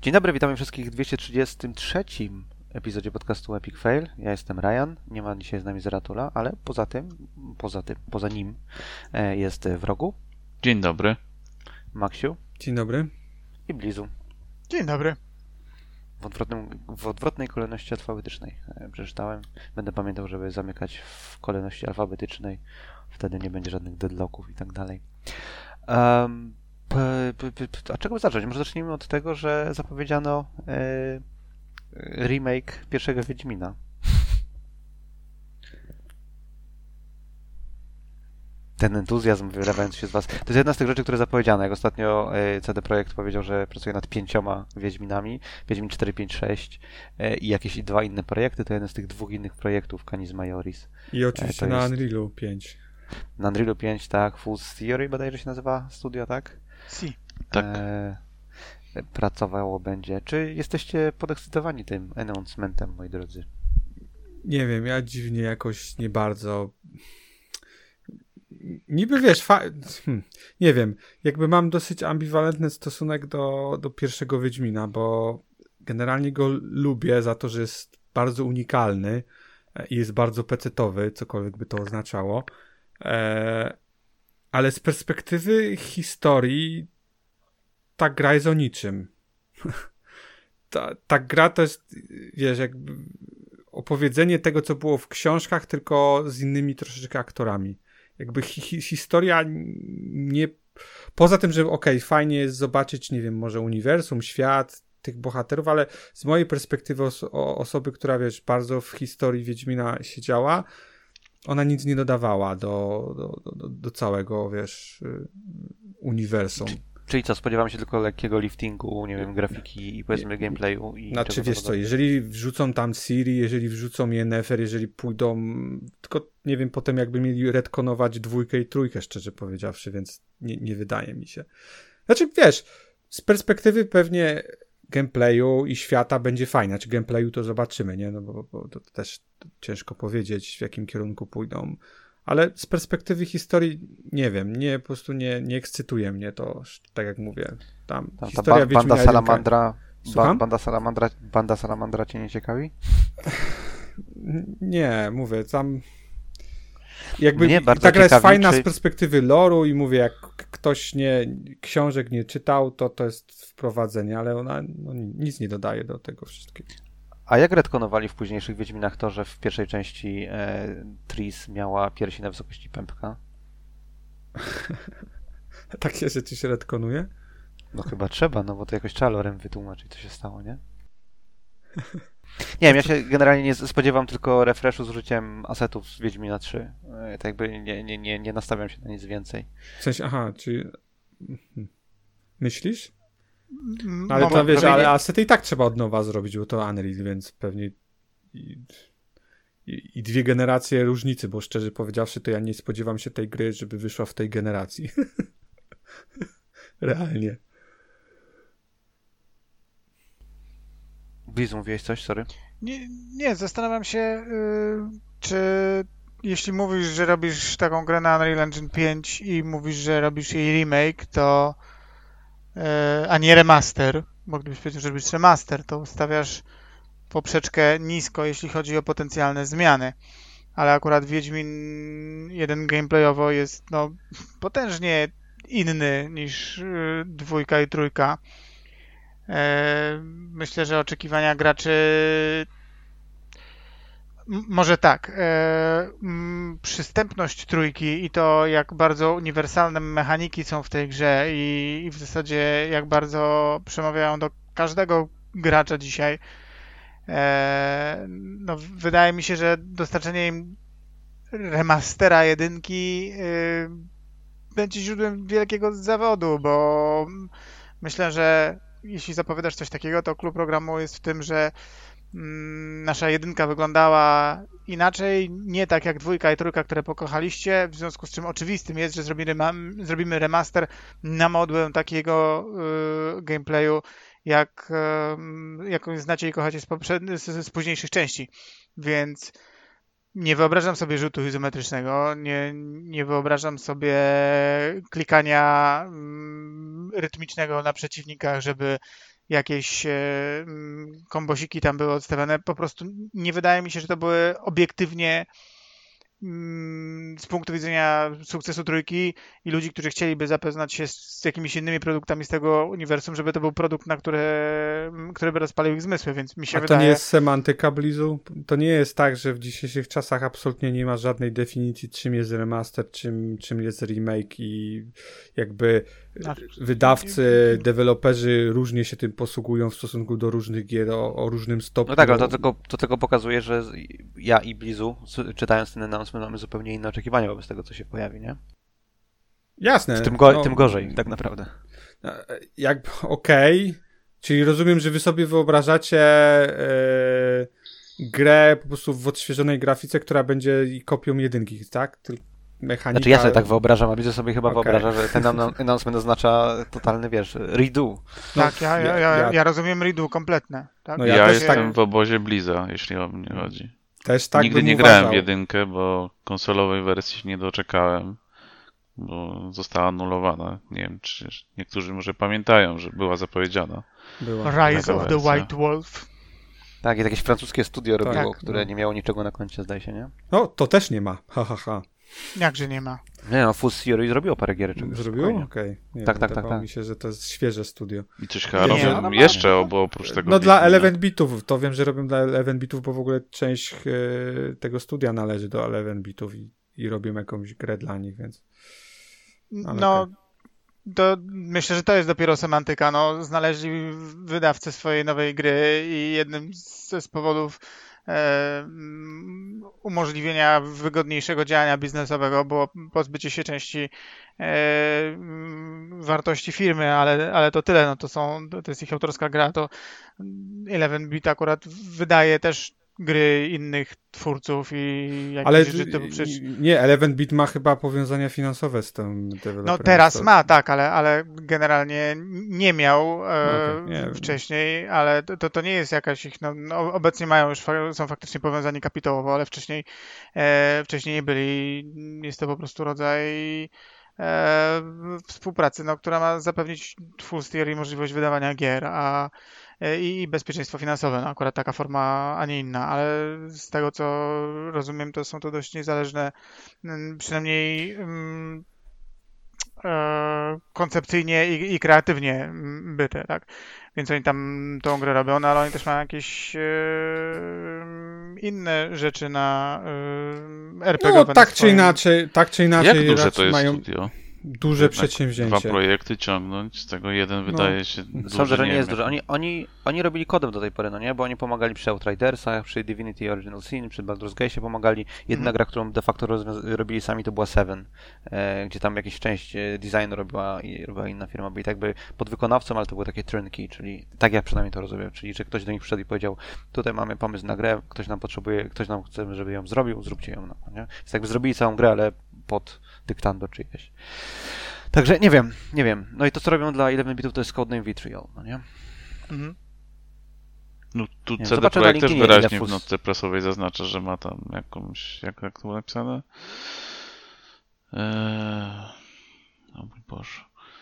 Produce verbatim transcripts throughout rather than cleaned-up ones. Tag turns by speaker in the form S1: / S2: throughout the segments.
S1: Dzień dobry, witamy wszystkich w dwieście trzydziestym trzecim epizodzie podcastu Epic Fail. Ja jestem Ryan, nie ma dzisiaj z nami Zeratula, ale poza tym, poza tym, poza nim jest Wrogu.
S2: Dzień dobry.
S1: Maksiu.
S3: Dzień dobry.
S1: I Blizu.
S4: Dzień dobry.
S1: W, odwrotnym, w odwrotnej kolejności alfabetycznej przeczytałem. Będę pamiętał, żeby zamykać w kolejności alfabetycznej. Wtedy nie będzie żadnych deadlocków i tak dalej. Um, p, p, p, a czego by zacząć? Może zacznijmy od tego, że zapowiedziano e, remake pierwszego Wiedźmina. Ten entuzjazm wylewający się z was. To jest jedna z tych rzeczy, które zapowiedziano. Jak ostatnio C D Projekt powiedział, że pracuje nad pięcioma Wiedźminami. Wiedźmin cztery, pięć, sześć i jakieś dwa inne projekty. To jeden z tych dwóch innych projektów Canis Majoris.
S3: I oczywiście
S1: to
S3: na
S1: jest...
S3: Unrealu pięć.
S1: Na Unrealu pięć, tak. Full Theory bodajże się nazywa studio, tak?
S4: Si.
S2: Tak.
S1: E, pracowało będzie. Czy jesteście podekscytowani tym announcementem, moi drodzy?
S3: Nie wiem, ja dziwnie jakoś nie bardzo... Niby wiesz, fa... hm, nie wiem, jakby mam dosyć ambiwalentny stosunek do, do pierwszego Wiedźmina, bo generalnie go lubię za to, że jest bardzo unikalny i jest bardzo pecetowy, cokolwiek by to oznaczało. E... Ale z perspektywy historii ta gra jest o niczym. ta, ta gra to jest, wiesz, jakby opowiedzenie tego, co było w książkach, tylko z innymi troszeczkę aktorami. Jakby hi- hi- historia nie... Poza tym, że okej, okay, fajnie jest zobaczyć, nie wiem, może uniwersum, świat tych bohaterów, ale z mojej perspektywy os- o- osoby, która, wiesz, bardzo w historii Wiedźmina siedziała, ona nic nie dodawała do, do, do, do całego, wiesz, uniwersum.
S1: Czyli co, spodziewam się tylko lekkiego liftingu, nie wiem, grafiki i powiedzmy gameplayu. I
S3: znaczy wiesz co, jeżeli wrzucą tam Ciri, jeżeli wrzucą Yennefer, jeżeli pójdą, tylko nie wiem potem jakby mieli retkonować dwójkę i trójkę, szczerze powiedziawszy, więc nie, nie wydaje mi się. Znaczy wiesz, z perspektywy pewnie gameplayu i świata będzie fajne, znaczy gameplayu to zobaczymy, nie, no bo, bo to też ciężko powiedzieć w jakim kierunku pójdą. Ale z perspektywy historii, nie wiem, nie, po prostu nie, nie ekscytuje mnie to, tak jak mówię. Tam,
S1: tam
S3: historia
S1: ba- banda Salamandra, ba-
S3: Słucham?
S1: banda Salamandra, banda Salamandra cię nie ciekawi?
S3: Nie, mówię, tam jakby
S1: Mnie bardzo
S3: ta gra jest
S1: ciekawi,
S3: fajna
S1: czy...
S3: z perspektywy loru i mówię, jak ktoś nie, książek nie czytał, to to jest wprowadzenie, ale ona no, nic nie dodaje do tego wszystkiego.
S1: A jak retkonowali w późniejszych Wiedźminach to, że w pierwszej części e, Triss miała piersi na wysokości pępka?
S3: Takie rzeczy się retkonuje?
S1: No chyba trzeba, no bo to jakoś trzeba lorem wytłumaczyć, co się stało, nie? Nie wiem, ja się generalnie nie spodziewam tylko refreshu z użyciem asetów z Wiedźmina trzy. E, tak jakby nie, nie, nie, nie nastawiam się na nic więcej.
S3: W sensie, aha, czyli myślisz?
S4: No,
S3: Ale to
S4: no,
S3: wiesz,
S1: pewnie
S3: ale
S1: nie.
S3: asety i tak trzeba od nowa zrobić, bo to Unreal, więc pewnie i, i, i dwie generacje różnicy, bo szczerze powiedziawszy, to ja nie spodziewam się tej gry, żeby wyszła w tej generacji. Realnie.
S1: Blizu, mówiłeś coś? Sorry.
S4: Nie, nie, zastanawiam się, yy, czy jeśli mówisz, że robisz taką grę na Unreal Engine pięć i mówisz, że robisz jej remake, to yy, a nie remaster, bo gdybyś powiedział, że robisz remaster, to ustawiasz poprzeczkę nisko, jeśli chodzi o potencjalne zmiany. Ale akurat Wiedźmin jeden gameplayowo jest no, potężnie inny niż yy, dwójka i trójka. Myślę, że oczekiwania graczy M- może tak. E, m, przystępność trójki i to, jak bardzo uniwersalne mechaniki są w tej grze i, i w zasadzie jak bardzo przemawiają do każdego gracza dzisiaj. E, no, wydaje mi się, że dostarczenie im remastera jedynki y, będzie źródłem wielkiego zawodu, bo myślę, że jeśli zapowiadasz coś takiego, to clue programu jest w tym, że mm, nasza jedynka wyglądała inaczej, nie tak jak dwójka i trójka, które pokochaliście, w związku z czym oczywistym jest, że zrobimy, zrobimy remaster na modłę takiego y, gameplayu, jak, y, jak znacie i kochacie z, poprzedni, z, z późniejszych części. Więc nie wyobrażam sobie rzutu izometrycznego, nie, nie wyobrażam sobie klikania mm, rytmicznego na przeciwnikach, żeby jakieś e, kombosiki tam były odstawiane. Po prostu nie wydaje mi się, że to były obiektywnie z punktu widzenia sukcesu trójki i ludzi, którzy chcieliby zapoznać się z, z jakimiś innymi produktami z tego uniwersum, żeby to był produkt, na które, który by rozpalił ich zmysły, więc mi się
S3: A
S4: wydaje...
S3: to nie jest semantyka Blizu? To nie jest tak, że w dzisiejszych czasach absolutnie nie ma żadnej definicji, czym jest remaster, czym, czym jest remake i jakby wydawcy, deweloperzy różnie się tym posługują w stosunku do różnych gier o, o różnym stopniu.
S1: No tak, ale to tylko, to tylko pokazuje, że ja i Blizu, czytając ten announcement, mamy zupełnie inne oczekiwania wobec tego, co się pojawi, nie?
S3: Jasne.
S1: Tym, go,
S3: no,
S1: tym gorzej, tak naprawdę.
S3: Jak, okej. Okay. Czyli rozumiem, że wy sobie wyobrażacie yy, grę po prostu w odświeżonej grafice, która będzie kopią jedynki, tak? Mechanika...
S1: Znaczy ja sobie tak wyobrażam, a Blizu sobie chyba okay. wyobraża, że ten announcement oznacza totalny, wiesz, redo.
S4: Tak, ja, ja, ja, ja rozumiem redo kompletne. Tak?
S2: No ja ja jestem tak... w obozie Bliza, jeśli o mnie chodzi.
S3: Też tak
S2: Nigdy
S3: bym
S2: nie
S3: uważał.
S2: grałem w jedynkę, bo konsolowej wersji się nie doczekałem, bo została anulowana. Nie wiem, czy niektórzy może pamiętają, że była zapowiedziana.
S4: Była. Rise of the White Wolf.
S1: Tak, i jakieś francuskie studio
S3: tak,
S1: robiło, które
S3: no.
S1: nie miało niczego na koncie, zdaje się, nie?
S3: No, to też nie ma. Ha, ha, ha.
S4: Jakże nie ma?
S1: Nie no, Fuzz Theory zrobiło parę gier.
S3: Zrobiło? Okej. Okay.
S1: Tak, tak, tak, tak.
S3: mi się, że to jest świeże studio.
S2: I coś chyba robią no, jeszcze no, bo oprócz tego...
S3: No dla Eleven Bitów, to wiem, że robią dla Eleven Bitów, bo w ogóle część e, tego studia należy do Eleven Bitów i, i robią jakąś grę dla nich, więc...
S4: Ale no, okay. to myślę, że to jest dopiero semantyka. No, znaleźli wydawcę swojej nowej gry i jednym z, z powodów e, umożliwienia wygodniejszego działania biznesowego było pozbycie się części e, wartości firmy, ale, ale to tyle. No, to, są, to jest ich autorska gra. To Eleven Bit akurat wydaje też gry innych twórców i jakieś
S3: ale
S4: rzeczy typu przecież...
S3: nie, Eleven Bit ma chyba powiązania finansowe z tym deweloperem.
S4: No teraz to... ma, tak, ale, ale generalnie nie miał e,
S3: okay, nie
S4: wcześniej, ale to, to nie jest jakaś ich, no, no obecnie mają już, są faktycznie powiązani kapitałowo, ale wcześniej e, wcześniej nie byli. Jest to po prostu rodzaj e, współpracy, no, która ma zapewnić Fuzz Theory możliwość wydawania gier, a i bezpieczeństwo finansowe. No, akurat taka forma, a nie inna, ale z tego, co rozumiem, to są to dość niezależne, przynajmniej um, e, koncepcyjnie i, i kreatywnie byte, tak? Więc oni tam tą grę robią, no ale oni też mają jakieś e, inne rzeczy na e, er pe gie.
S3: No tak czy inaczej, tak czy inaczej.
S2: Jak duże to jest mają... studio?
S3: Duże Jednak przedsięwzięcie.
S2: Dwa projekty ciągnąć, z tego jeden wydaje no, się duży.
S1: Sądzę, że nie jest duży. Oni, oni, oni robili kodem do tej pory, no nie? Bo oni pomagali przy Outridersach, przy Divinity Original Sin, przy Baldur's Gate'ie pomagali. Jedna mm. gra, którą de facto robili sami, to była Seven, e, gdzie tam jakieś część designu robiła, i, robiła inna firma. Byli tak jakby podwykonawcą, ale to były takie turnkey, czyli tak ja przynajmniej to rozumiem, czyli że ktoś do nich przyszedł i powiedział, tutaj mamy pomysł na grę, ktoś nam potrzebuje, ktoś nam chce, żeby ją zrobił, zróbcie ją. No, nie? Więc jakby zrobili całą grę, ale pod dyktando czyjeś. Także nie wiem, nie wiem. No i to, co robią dla Eleven Bitów, to jest codename Vitriol, no nie? Mhm.
S2: No tu C D Projekt też wyraźnie w notce prasowej zaznacza, że ma tam jakąś, jak, jak to było napisane? Eee... O mój Boże.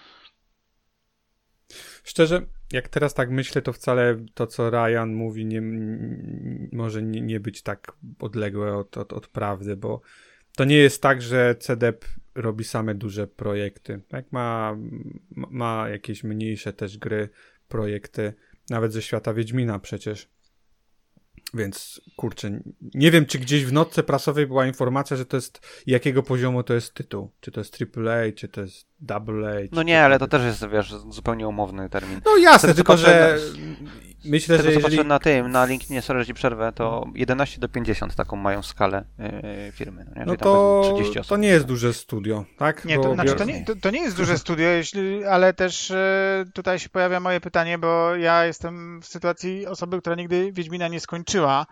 S3: Szczerze, jak teraz tak myślę, to wcale to, co Ryan mówi, nie, może nie, nie być tak odległe od, od, od prawdy, bo to nie jest tak, że C D P robi same duże projekty. Tak? Ma, ma jakieś mniejsze też gry, projekty, nawet ze świata Wiedźmina przecież. Więc kurczę, nie wiem, czy gdzieś w notce prasowej była informacja, że to jest, jakiego poziomu to jest tytuł. Czy to jest triple A, czy to jest double A.
S1: No nie, ale to też jest, wiesz, zupełnie umowny termin.
S3: No jasne, tylko że myślę,
S1: że
S3: jeżeli...
S1: patrzę na tym, na LinkedInie, sorry, że ci przerwę, to jedenaście do pięćdziesięciu taką mają skalę yy, firmy. No, nie?
S3: no to, to nie jest duże studio, tak?
S4: Nie, to, bo... znaczy, to, nie, to, to nie jest duże studio, jeśli, ale też yy, tutaj się pojawia moje pytanie, bo ja jestem w sytuacji osoby, która nigdy Wiedźmina nie skończyła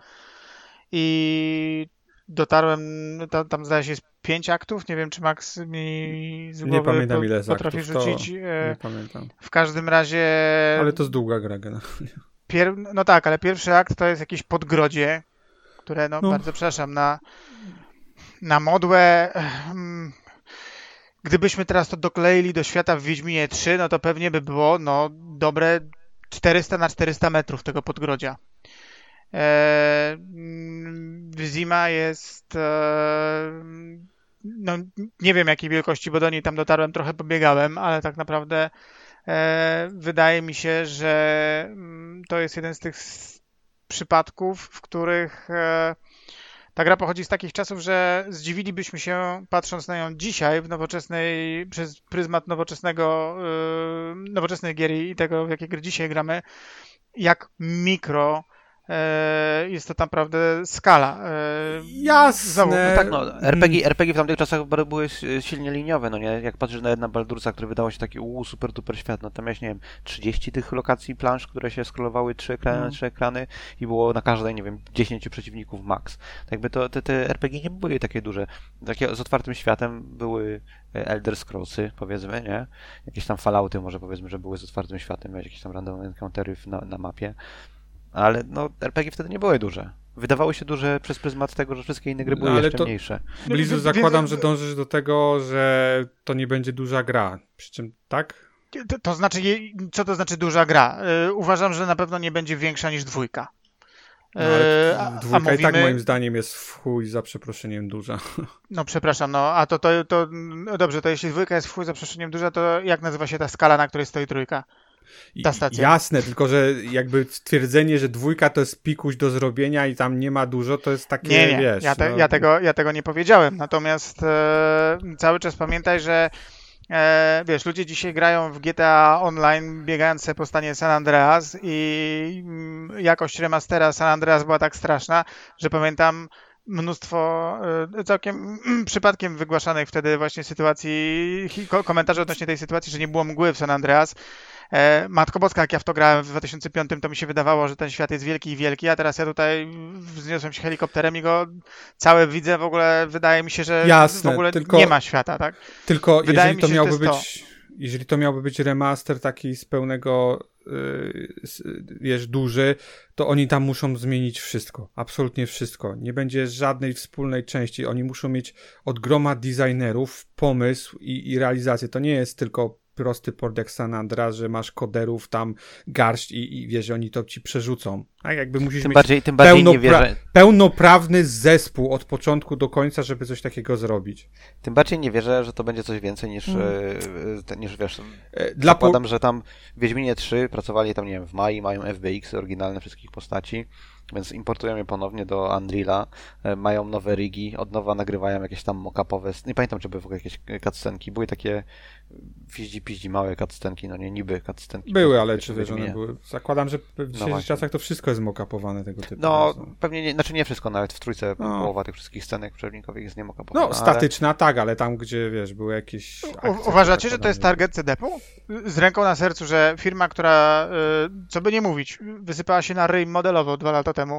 S4: i dotarłem, tam, tam zdaje się jest pięć aktów, nie wiem, czy Max mi z głowy
S3: nie pamiętam,
S4: po,
S3: ile
S4: potrafi
S3: aktów,
S4: rzucić.
S3: To nie pamiętam.
S4: W każdym razie...
S3: Ale to jest długa gra generalnie.
S4: Pier... No tak, ale pierwszy akt to jest jakieś podgrodzie, które, no, no. bardzo przepraszam, na, na modłę... Hmm, gdybyśmy teraz to dokleili do świata w Wiedźminie trzy, no to pewnie by było, no, dobre czterysta na czterysta metrów tego podgrodzia. E, Zima jest e, no nie wiem jakiej wielkości, bo do niej tam dotarłem, trochę pobiegałem, ale tak naprawdę e, wydaje mi się, że to jest jeden z tych przypadków, w których e, ta gra pochodzi z takich czasów, że zdziwilibyśmy się, patrząc na nią dzisiaj w nowoczesnej, przez pryzmat nowoczesnego, yy, nowoczesnej gier i tego, w jakie gry dzisiaj gramy, jak mikro yy, jest to naprawdę skala. Yy,
S3: Jasne.
S4: Znowu,
S1: No tak, no, R P G, R P G w tamtych czasach były silnie liniowe, no nie? Jak patrzysz na jedna Baldursa, który wydało się taki uuu, super duper świat, no tam miałeś, nie wiem, trzydzieści tych lokacji plansz, które się scrollowały trzy ekrany na trzy ekrany i było na każdej, nie wiem, dziesięciu przeciwników max. Tak jakby to, te, te R P G nie były takie duże. Takie z otwartym światem były Elder Scrollsy, powiedzmy, nie? Jakieś tam Fallouty może powiedzmy, że były z otwartym światem, miałeś jakieś tam random encountery na, na mapie. Ale no, R P G wtedy nie były duże. Wydawały się duże przez pryzmat tego, że wszystkie inne gry były
S3: No, ale
S1: jeszcze
S3: to...
S1: mniejsze.
S3: Blizu, zakładam, że dążysz do tego, że to nie będzie duża gra. Przy czym tak?
S4: To, to znaczy, co to znaczy duża gra? Yy, uważam, że na pewno nie będzie większa niż dwójka.
S3: No, ale
S4: Yy, a,
S3: dwójka
S4: a mówimy...
S3: i tak moim zdaniem jest w chuj za przeproszeniem duża.
S4: No przepraszam, no a to, to, to no dobrze, to jeśli dwójka jest w chuj za przeproszeniem duża, to jak nazywa się ta skala, na której stoi trójka? Ta stacja.
S3: Jasne, tylko że jakby stwierdzenie, że dwójka to jest pikuś do zrobienia i tam nie ma dużo, to jest takie,
S4: nie, nie.
S3: wiesz...
S4: Ja, te,
S3: no...
S4: ja, tego, ja tego nie powiedziałem, natomiast e, cały czas pamiętaj, że e, wiesz, ludzie dzisiaj grają w G T A Online, biegając sobie po stanie San Andreas i mm, jakość remastera San Andreas była tak straszna, że pamiętam mnóstwo e, całkiem przypadkiem wygłaszanych wtedy właśnie sytuacji, komentarzy odnośnie tej sytuacji, że nie było mgły w San Andreas. E, Matko Boska, jak ja w to grałem w dwa tysiące piątym, to mi się wydawało, że ten świat jest wielki i wielki, a teraz ja tutaj wzniosłem się helikopterem i go cały widzę, w ogóle wydaje mi się, że
S3: Jasne,
S4: w ogóle
S3: tylko,
S4: nie ma świata, tak?
S3: Tylko
S4: wydaje
S3: jeżeli
S4: mi
S3: to
S4: się,
S3: miałby
S4: że to
S3: być, jeżeli to miałby być remaster taki z pełnego, yy, wiesz, duży, to oni tam muszą zmienić wszystko, absolutnie wszystko. Nie będzie żadnej wspólnej części. Oni muszą mieć od groma designerów pomysł i, i realizację. To nie jest tylko prosty port jak San Andreas, że masz koderów tam garść i, i wiesz, oni to ci przerzucą. Tak jakby musisz
S1: Tym
S3: mieć
S1: bardziej, tym bardziej nie wierzę...
S3: pełnoprawny zespół od początku do końca, żeby coś takiego zrobić.
S1: Tym bardziej nie wierzę, że to będzie coś więcej niż, hmm. e, niż wiesz...
S3: Dla
S1: zakładam, po... że tam w Wiedźminie trzy pracowali tam, nie wiem, w Mai, mają F B X oryginalne wszystkich postaci, więc importują je ponownie do Unreala, e, mają nowe rigi, od nowa nagrywają jakieś tam mock-upowe... Nie pamiętam, czy były w ogóle jakieś cutscenki. Były takie fiździ-piździ małe cutscenki, no nie niby cutscenki.
S3: Były, ale czy wiesz, one były... Zakładam, że w dzisiejszych no czasach to wszystko jest mock-upowane tego typu.
S1: No, no, pewnie nie, znaczy nie wszystko, nawet w trójce
S3: no.
S1: połowa tych wszystkich scenek przerwnikowych jest nie mock-upowana.
S3: No, statyczna ale... tak, ale tam, gdzie wiesz, były jakieś...
S4: U, uważacie, że to jest target C D P-u? Z ręką na sercu, że firma, która, co by nie mówić, wysypała się na ryj modelowo dwa lata temu,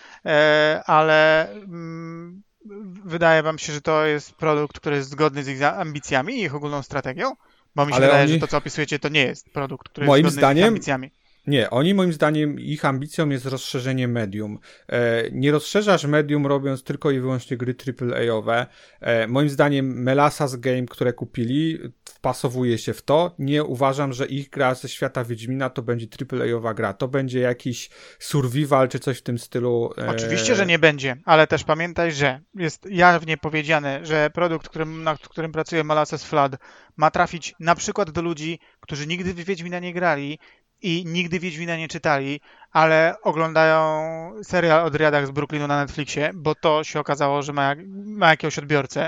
S4: ale mm, wydaje wam się, że to jest produkt, który jest zgodny z ich ambicjami i ich ogólną strategią? Bo mi się ale wydaje, oni... że to, co opisujecie, to nie jest produkt, który
S3: Moim
S4: jest zgodny
S3: zdaniem...
S4: z ich ambicjami.
S3: Nie, oni moim zdaniem, ich ambicją jest rozszerzenie medium. E, nie rozszerzasz medium robiąc tylko i wyłącznie gry triple A-owe. E, moim zdaniem Melasas Game, które kupili, wpasowuje się w to. Nie uważam, że ich gra ze świata Wiedźmina to będzie triple A-owa gra. To będzie jakiś survival czy coś w tym stylu. E...
S4: Oczywiście, że nie będzie, ale też pamiętaj, że jest jawnie powiedziane, że produkt, którym, nad którym pracuje Melasas Flood, ma trafić na przykład do ludzi, którzy nigdy w Wiedźmina nie grali i nigdy Wiedźmina nie czytali, ale oglądają serial od Riadach z Brooklynu na Netflixie, bo to się okazało, że ma, ma jakiegoś odbiorcę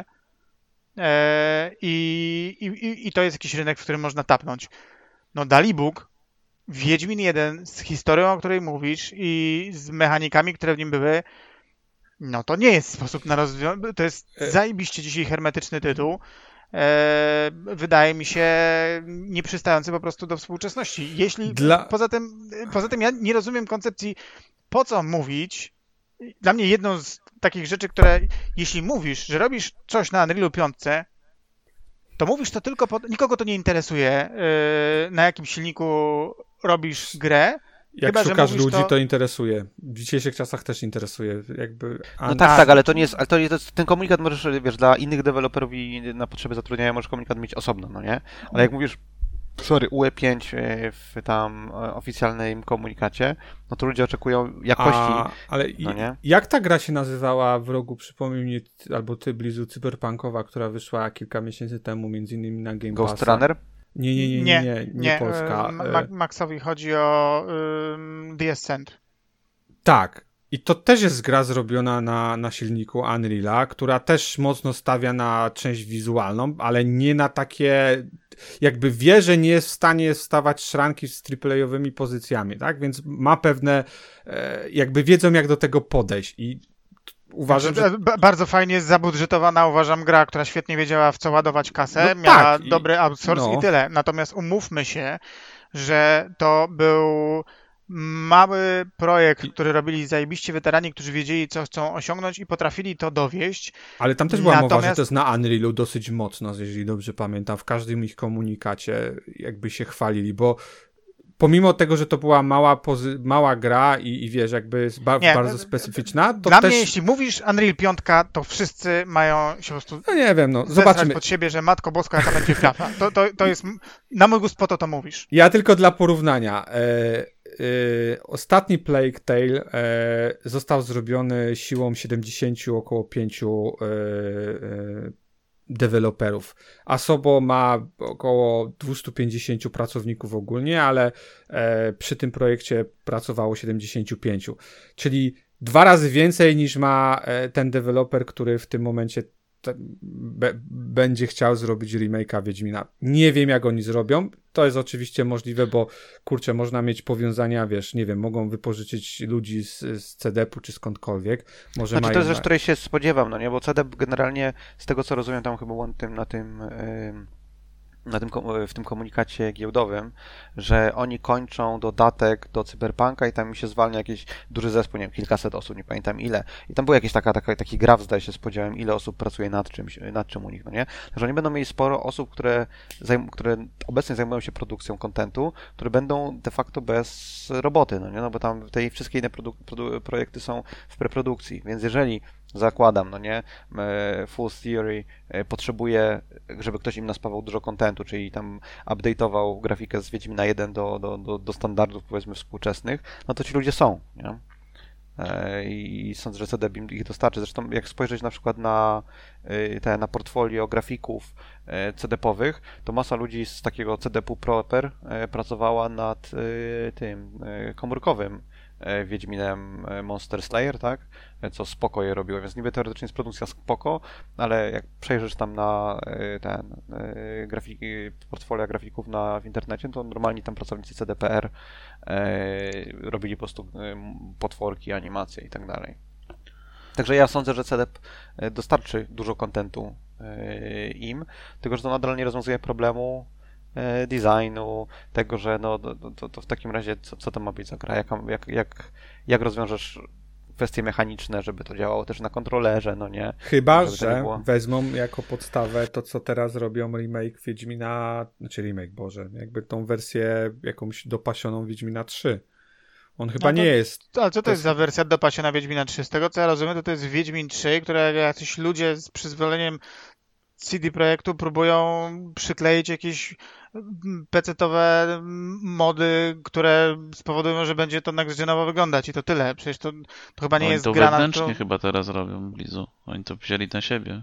S4: eee, i, i, i to jest jakiś rynek, w którym można tapnąć. No Dalibóg, Wiedźmin jeden z historią, o której mówisz i z mechanikami, które w nim były, no to nie jest sposób na rozwiązanie, to jest zajebiście dzisiaj hermetyczny tytuł. E, wydaje mi się nieprzystający po prostu do współczesności. Jeśli Dla... poza tym, poza tym ja nie rozumiem koncepcji, po co mówić. Dla mnie jedną z takich rzeczy, które jeśli mówisz, że robisz coś na Unrealu pięć, to mówisz to tylko po... nikogo to nie interesuje, e, na jakim silniku robisz grę.
S3: Jak
S4: Chyba,
S3: szukasz
S4: że
S3: ludzi,
S4: to...
S3: to interesuje. W dzisiejszych czasach też interesuje. Jakby...
S1: No tak, tak, ale to nie jest, ale to jest, ten komunikat możesz, wiesz, dla innych deweloperów i na potrzeby zatrudnienia możesz komunikat mieć osobno, no nie? Ale jak mówisz sorry, U E pięć w tam oficjalnym komunikacie, no to ludzie oczekują jakości.
S3: A, ale
S1: no nie?
S3: Jak ta gra się nazywała w rogu, przypomnij mi, albo ty, Blizu, cyberpunkowa, która wyszła kilka miesięcy temu, między innymi na Game Passa?
S1: Ghost Runner?
S3: Nie, nie, nie, nie, nie, nie, nie Polska.
S4: Ma- Maxowi chodzi o um, The Ascent.
S3: Tak. I to też jest gra zrobiona na, na silniku Unreala, która też mocno stawia na część wizualną, ale nie na takie, jakby wie, że nie jest w stanie wstawać szranki z triplejowymi pozycjami, tak? Więc ma pewne, e, jakby wiedzą, jak do tego podejść i uważam,
S4: znaczy,
S3: że...
S4: b- bardzo fajnie jest zabudżetowana, uważam, gra, która świetnie wiedziała, w co ładować kasę,
S3: No
S4: miała
S3: tak, i-
S4: dobry outsource
S3: no.
S4: i tyle. Natomiast umówmy się, że to był mały projekt,
S3: I-
S4: który robili zajebiście weterani, którzy wiedzieli, co chcą osiągnąć i potrafili to dowieść.
S3: Ale tam też była mowa, że
S4: Natomiast-
S3: to jest na Unrealu dosyć mocno, jeżeli dobrze pamiętam. W każdym ich komunikacie jakby się chwalili, bo pomimo tego, że to była mała, pozy- mała gra i, i wiesz, jakby jest ba-
S4: Nie,
S3: bardzo specyficzna, to
S4: Dla
S3: też...
S4: mnie, jeśli mówisz Unreal pięć, to wszyscy mają się po prostu
S3: No nie wiem, no
S4: zesrać
S3: zobaczymy.
S4: pod siebie, że Matko Boska, jaka będzie grafa. To, to, to jest, na mój gust po to to mówisz.
S3: Ja tylko dla porównania. E, e, ostatni Plague Tale e, został zrobiony siłą siedemdziesięciu około pięciu e, e, deweloperów. Asobo ma około dwieście pięćdziesiąt pracowników ogólnie, ale e, przy tym projekcie pracowało siedemdziesięciu pięciu. Czyli dwa razy więcej niż ma e, ten deweloper, który w tym momencie te, be, będzie chciał zrobić remake'a Wiedźmina. Nie wiem, jak oni zrobią. To jest oczywiście możliwe, bo kurczę, można mieć powiązania, wiesz, nie wiem, mogą wypożyczyć ludzi z, z C D P-u czy skądkolwiek. Może
S1: Znaczy
S3: mają
S1: to jest rzecz,
S3: na-
S1: której się spodziewam, no nie, bo C D P generalnie, z tego co rozumiem, tam chyba on tym, na tym, ym, na tym, kom- w tym komunikacie giełdowym, że oni kończą dodatek do Cyberpunka i tam mi się zwalnia jakiś duży zespół, nie wiem, kilkaset osób, nie pamiętam ile. I tam był jakiś taka, taka, taki graf, zdaje się, z podziałem, ile osób pracuje nad czymś, nad czym u nich, no nie? Także oni będą mieli sporo osób, które, zajm- które obecnie zajmują się produkcją kontentu, które będą de facto bez roboty, no nie? No bo tam te wszystkie inne produ- produ- projekty są w preprodukcji, więc jeżeli zakładam, no nie, e, Full Theory e, potrzebuje, żeby ktoś im naspawał dużo kontentu, czyli tam update'ował grafikę z Wiedźmina jeden do, do, do, do standardów, powiedzmy, współczesnych, no to ci ludzie są, nie? E, I sądzę, że C D im ich dostarczy. Zresztą jak spojrzeć na przykład na e, te, na portfolio grafików e, C D P-owych, to masa ludzi z takiego C D P-u proper e, pracowała nad e, tym e, komórkowym e, Wiedźminem e, Monster Slayer, tak? E, Co spoko je robiło, więc niby teoretycznie jest produkcja spoko, ale jak przejrzysz tam na e, ten e, grafiki, portfolio grafików na, w internecie, to normalni tam pracownicy C D P R e, robili po prostu e, potworki, animacje i tak dalej. Także ja sądzę, że C D P e, dostarczy dużo kontentu e, im, tylko że to nadal nie rozwiązuje problemu e, designu, tego, że no to, to, to w takim razie co, co to ma być za gra, jak, jak, jak, jak rozwiążesz kwestie mechaniczne, żeby to działało też na kontrolerze, no nie?
S3: Chyba,
S1: Żeby to nie
S3: że
S1: było-
S3: wezmą jako podstawę to, co teraz robią remake Wiedźmina, znaczy remake, Boże, jakby tą wersję jakąś dopasioną Wiedźmina trzy. On chyba
S4: No to-
S3: nie jest...
S4: Ale co to,
S3: To
S4: jest
S3: jest-
S4: za wersja dopasiona Wiedźmina trzy? Z tego co ja rozumiem, to to jest Wiedźmin trzy, które jacyś ludzie z przyzwoleniem C D Projektu próbują przykleić jakieś pecetowe mody, które spowodują, że będzie to next-genowo wyglądać i to tyle. Przecież to, to chyba nie
S2: Oni
S4: jest
S2: to
S4: gra na
S2: wewnętrznie
S4: to...
S2: chyba teraz robią, Blizu. Oni to wzięli na siebie.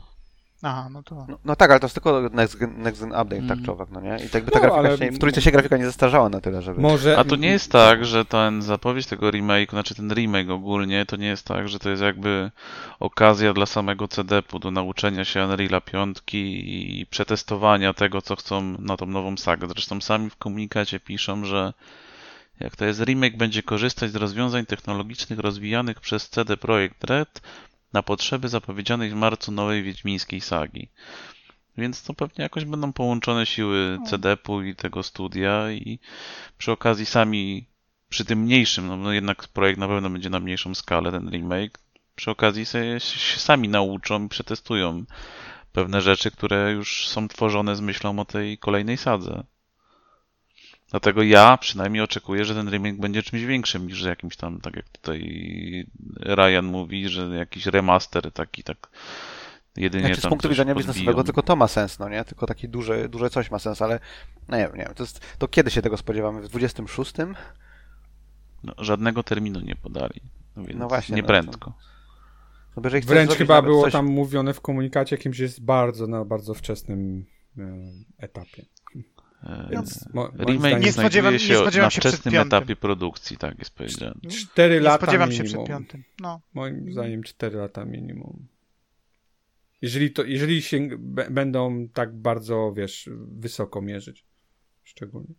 S4: Aha, no to...
S1: No, no tak, ale to jest tylko next gen, next gen update,
S2: Mm.
S1: tak czy owak, no nie? I tak by
S3: No,
S1: ta grafika
S3: ale-
S1: się, w trójce się grafika nie zestarzała na tyle, żeby...
S3: Może...
S2: A to nie jest tak, że ten zapowiedź tego remake, znaczy ten remake ogólnie, to nie jest tak, że to jest jakby okazja dla samego C D P-u do nauczenia się Unreala pięć i przetestowania tego, co chcą na tą nową sagę. Zresztą sami w komunikacie piszą, że jak to jest remake, będzie korzystać z rozwiązań technologicznych rozwijanych przez C D Projekt Red na potrzeby zapowiedzianej w marcu nowej wiedźmińskiej sagi. Więc to pewnie jakoś będą połączone siły C D P-u i tego studia i przy okazji sami, przy tym mniejszym, no, no jednak projekt na pewno będzie na mniejszą skalę, ten remake, przy okazji sobie się sami nauczą i przetestują pewne rzeczy, które już są tworzone z myślą o tej kolejnej sadze. Dlatego ja przynajmniej oczekuję, że ten remake będzie czymś większym niż jakimś tam, tak jak tutaj Ryan mówi, że jakiś remaster taki, tak jedynie
S1: Znaczy, z
S2: tam
S1: punktu
S2: coś
S1: widzenia
S2: podbiją.
S1: biznesowego tylko to ma sens, no nie? Tylko takie duże, duże coś ma sens, ale no nie wiem, nie wiem. To, jest, to kiedy się tego spodziewamy? W dwudziestym szóstym?
S2: No, żadnego terminu nie podali, no więc
S1: No właśnie,
S2: nie
S1: no
S2: prędko.
S1: No, bo jeżeli chcesz
S3: Wręcz
S1: zrobić
S3: chyba
S1: nawet
S3: było
S1: coś...
S3: tam mówione w komunikacie jakimś, że jest bardzo na bardzo wczesnym e, etapie.
S2: E,
S3: Więc mo, moim
S2: Remake
S3: zdaniem
S4: Nie spodziewam-
S2: znajduje
S4: nie
S2: się
S4: spodziewam
S2: na
S4: się przed
S2: wczesnym
S4: piątym.
S2: etapie produkcji, tak jest powiedziane.
S3: cztery
S4: Nie
S3: lata
S4: spodziewam się
S3: minimum.
S4: przed piątym. No.
S3: Moim zdaniem cztery lata minimum. Jeżeli to, jeżeli się b- będą tak bardzo, wiesz, wysoko mierzyć. Szczególnie.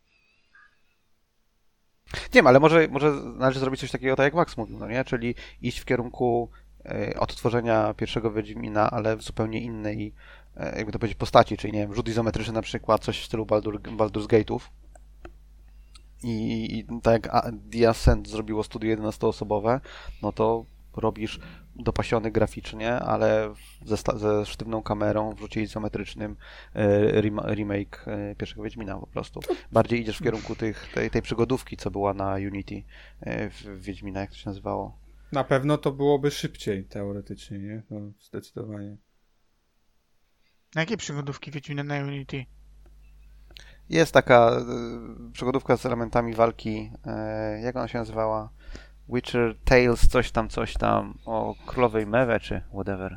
S1: Nie wiem, ale może, może należy zrobić coś takiego, tak jak Max mówił, no nie? Czyli iść w kierunku e, odtworzenia pierwszego Wiedźmina, ale w zupełnie innej, e, jakby to powiedzieć, postaci, czyli nie wiem, rzut izometryczny na przykład, coś w stylu Baldur, Baldur's Gate'ów. I, i tak jak A- The Ascent zrobiło studio jedenastoosobowe, no to robisz dopasiony graficznie, ale ze, sta- ze sztywną kamerą, w rzucie izometrycznym e, rem- remake e, pierwszego Wiedźmina po prostu. Bardziej idziesz w kierunku tych, tej, tej przygodówki, co była na Unity e, w w Wiedźmina, jak to się nazywało.
S3: Na pewno to byłoby szybciej, teoretycznie, nie? No, zdecydowanie.
S4: Na jakie przygodówki Wiedźmina na Unity?
S1: Jest taka e, przygodówka z elementami walki, e, jak ona się nazywała? Witcher Tales, coś tam, coś tam, o królowej Mewe, czy whatever.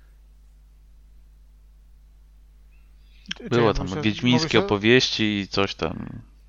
S4: Czy-
S2: Było
S4: czy
S2: tam
S4: muszę-
S2: wiedźmińskie
S4: mówisz o-
S2: opowieści i coś tam.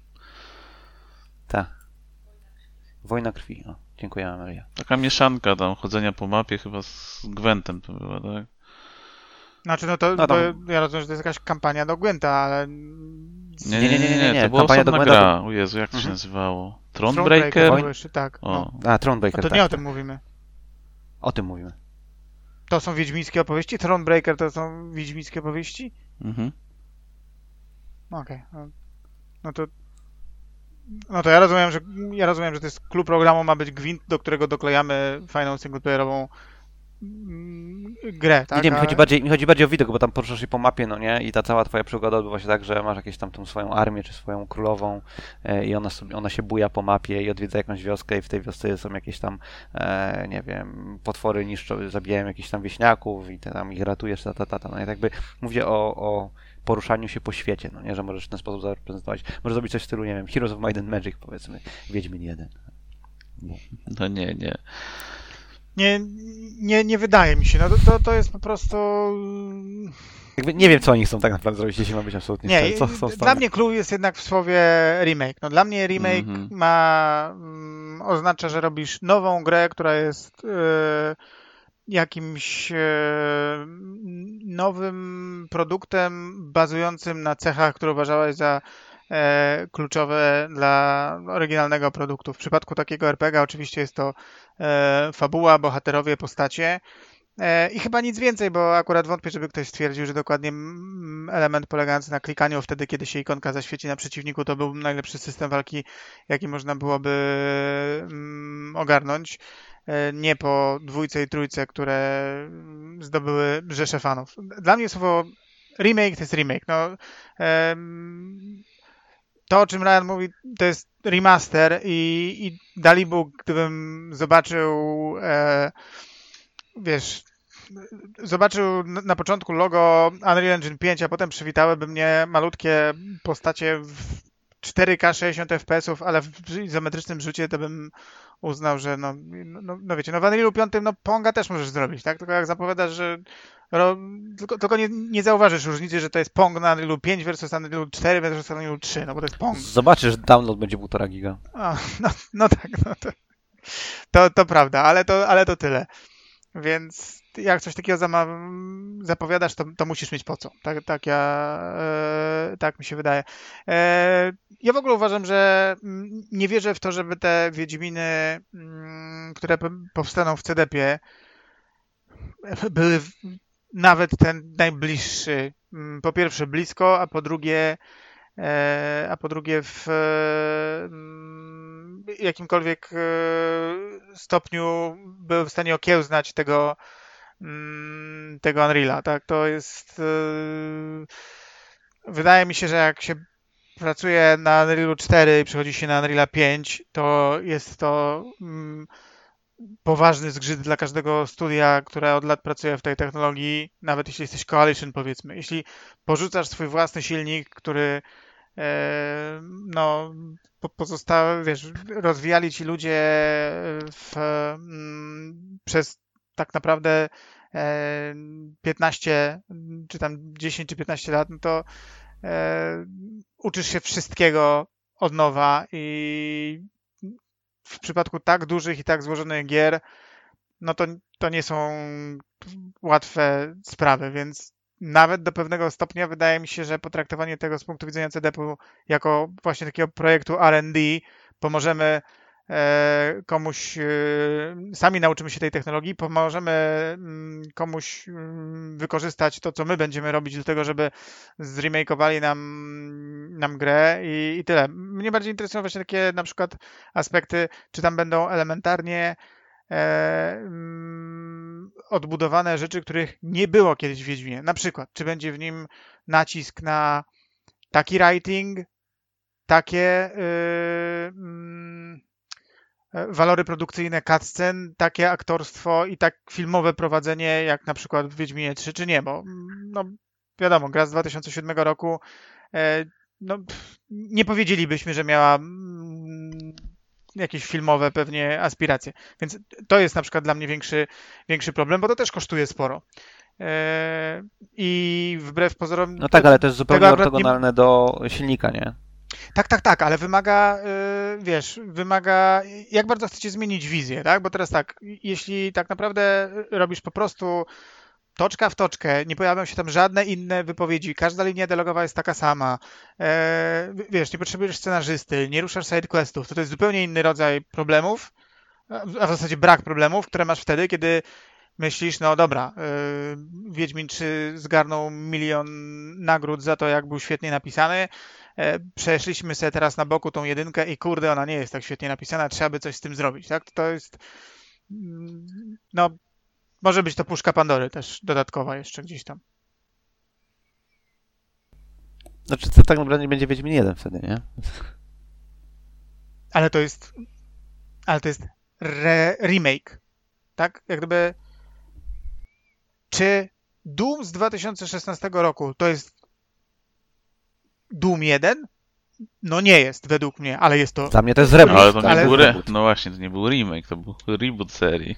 S1: Tak. Wojna krwi, o. Dziękuję, Amelia.
S2: Taka mieszanka tam, chodzenia po mapie chyba z Gwentem to była, tak?
S4: Znaczy, no to
S1: No
S4: bo
S1: tam-
S4: ja rozumiem, że to jest jakaś kampania do Gwenta, ale...
S2: Nie, nie, nie, nie, nie,
S1: nie,
S2: to była
S1: kampania
S2: osobna
S1: do
S2: gra. O Jezu, jak to się
S1: Mhm.
S2: nazywało?
S4: Thronebreaker
S2: Thronebreaker?
S4: było jeszcze, tak. No.
S2: O,
S1: A, Thronebreaker,
S4: No to
S1: tak,
S4: nie o
S1: tak.
S4: tym mówimy.
S1: O tym mówimy.
S4: To są wiedźmińskie opowieści? Thronebreaker to są wiedźmińskie opowieści?
S2: mhm.
S4: Okej. No, no to... No to ja rozumiem, że ja rozumiem, że to jest klub programu, ma być Gwint, do którego doklejamy fajną singleplayerową mm, grę, tak?
S1: Nie, nie, mi
S4: A-
S1: chodzi, bardziej, mi chodzi bardziej o widok, bo tam poruszasz się po mapie, no nie? I ta cała twoja przygoda odbywa się tak, że masz jakieś tam tą swoją armię, czy swoją królową e, i ona, sobie, ona się buja po mapie i odwiedza jakąś wioskę i w tej wiosce są jakieś tam, e, nie wiem, potwory niszczą, zabijają jakichś tam wieśniaków i ty tam ich ratujesz, ta, ta, ta, ta. No i jakby mówię o, o poruszaniu się po świecie, no nie? Że możesz w ten sposób zareprezentować. Możesz zrobić coś w stylu, nie wiem, Heroes of Might and Magic, powiedzmy, Wiedźmin jeden.
S2: No nie, nie.
S4: Nie, nie, nie wydaje mi się. No to, to, to jest po prostu...
S1: Jakby nie wiem, co oni chcą tak naprawdę zrobić, jeśli ma być absolutnie
S4: Nie,
S1: szczery. Co chcą
S4: dla
S1: stąd?
S4: mnie clue jest jednak w słowie remake. No dla mnie remake
S2: Mhm.
S4: ma... Mm, oznacza, że robisz nową grę, która jest e, jakimś e, nowym produktem bazującym na cechach, które uważałeś za e, kluczowe dla oryginalnego produktu. W przypadku takiego er pe gie oczywiście jest to e, fabuła, bohaterowie, postacie e, i chyba nic więcej, bo akurat wątpię, żeby ktoś stwierdził, że dokładnie mm, element polegający na klikaniu wtedy, kiedy się ikonka zaświeci na przeciwniku, to był najlepszy system walki, jaki można byłoby mm, ogarnąć. E, Nie po dwójce i trójce, które mm, zdobyły rzesze fanów. Dla mnie słowo remake to jest remake. No, em, to, o czym Ryan mówi, to jest remaster i, i Dalibóg, gdybym zobaczył, e, wiesz, zobaczył n- na początku logo Unreal Engine pięć, a potem przywitałyby mnie malutkie postacie w cztery K sześćdziesiąt ef pe esów, ale w izometrycznym rzucie to bym uznał, że no, no, no wiecie, no w Unrealu pięć no Ponga też możesz zrobić, tak? Tylko jak zapowiadasz, że ro, tylko, tylko nie, nie zauważysz różnicy, że to jest Pong na Unrealu pięć versus Unrealu cztery versus Unrealu trzy, no bo to jest Pong.
S1: Zobaczysz, że download będzie półtora giga.
S4: A, no, no tak, no to, to, to prawda, ale to, ale to tyle. Więc jak coś takiego zama- zapowiadasz, to, to musisz mieć po co. Tak, tak, ja, e, tak mi się wydaje. E, ja w ogóle uważam, że mm, nie wierzę w to, żeby te Wiedźminy, mm, które p- powstaną w ce de pie, były w, nawet ten najbliższy. mm, Po pierwsze blisko, a po drugie e, a po drugie w e, mm, jakimkolwiek e, stopniu był w stanie okiełznać tego mm, tego Unreala, tak? To jest e, wydaje mi się, że jak się pracuje na Unrealu cztery i przechodzi się na Unreala pięć, to jest to mm, poważny zgrzyt dla każdego studia, które od lat pracuje w tej technologii, nawet jeśli jesteś Coalition, powiedzmy. Jeśli porzucasz swój własny silnik, który e, no, po, pozostałe, wiesz, rozwijali ci ludzie w, m, przez tak naprawdę e, piętnaście, czy tam dziesięć czy piętnaście lat, no to e, uczysz się wszystkiego od nowa i w przypadku tak dużych i tak złożonych gier, no to, to nie są łatwe sprawy, więc nawet do pewnego stopnia wydaje mi się, że potraktowanie tego z punktu widzenia C D P-u jako właśnie takiego projektu R and D pomożemy e, komuś, e, sami nauczymy się tej technologii, pomożemy m, komuś m, wykorzystać to, co my będziemy robić do tego, żeby zremakeowali nam, nam grę i, i tyle. Mnie bardziej interesują właśnie takie na przykład aspekty, czy tam będą elementarnie e, m, odbudowane rzeczy, których nie było kiedyś w Wiedźminie. Na przykład, czy będzie w nim nacisk na taki writing, takie y, mm, walory produkcyjne cutscen, takie aktorstwo i tak filmowe prowadzenie, jak na przykład w Wiedźminie trzy, czy nie, bo no, wiadomo, gra z dwa tysiące siódmego roku, e, no, pff, nie powiedzielibyśmy, że miała mm, jakieś filmowe pewnie aspiracje, więc to jest na przykład dla mnie większy, większy problem, bo to też kosztuje sporo. E, I wbrew pozorom...
S1: No tak, ale to jest zupełnie
S4: akurat nie-
S1: ortogonalne do silnika, nie?
S4: Tak, tak, tak, ale wymaga, y, wiesz, wymaga, jak bardzo chcecie zmienić wizję, tak? Bo teraz tak, jeśli tak naprawdę robisz po prostu toczka w toczkę, nie pojawią się tam żadne inne wypowiedzi, każda linia dialogowa jest taka sama, e, wiesz, nie potrzebujesz scenarzysty, nie ruszasz sidequestów, to to jest zupełnie inny rodzaj problemów, a w zasadzie brak problemów, które masz wtedy, kiedy myślisz, no dobra, y, Wiedźmin trzy zgarnął milion nagród za to, jak był świetnie napisany. E, Przeszliśmy sobie teraz na boku tą jedynkę i kurde, ona nie jest tak świetnie napisana, trzeba by coś z tym zrobić, tak? To jest, mm, no, może być to puszka Pandory też dodatkowa jeszcze gdzieś tam.
S1: Znaczy, to tak naprawdę nie będzie Wiedźmin jeden wtedy, nie?
S4: Ale to jest, ale to jest re remake, tak? Jak gdyby, czy Doom z dwa tysiące szesnastego roku to jest Doom jeden? No nie jest, według mnie, ale jest to...
S1: Dla mnie to jest reboot.
S2: Ale to nie
S4: Ale-
S2: był re... No właśnie, to nie był remake, to był reboot serii.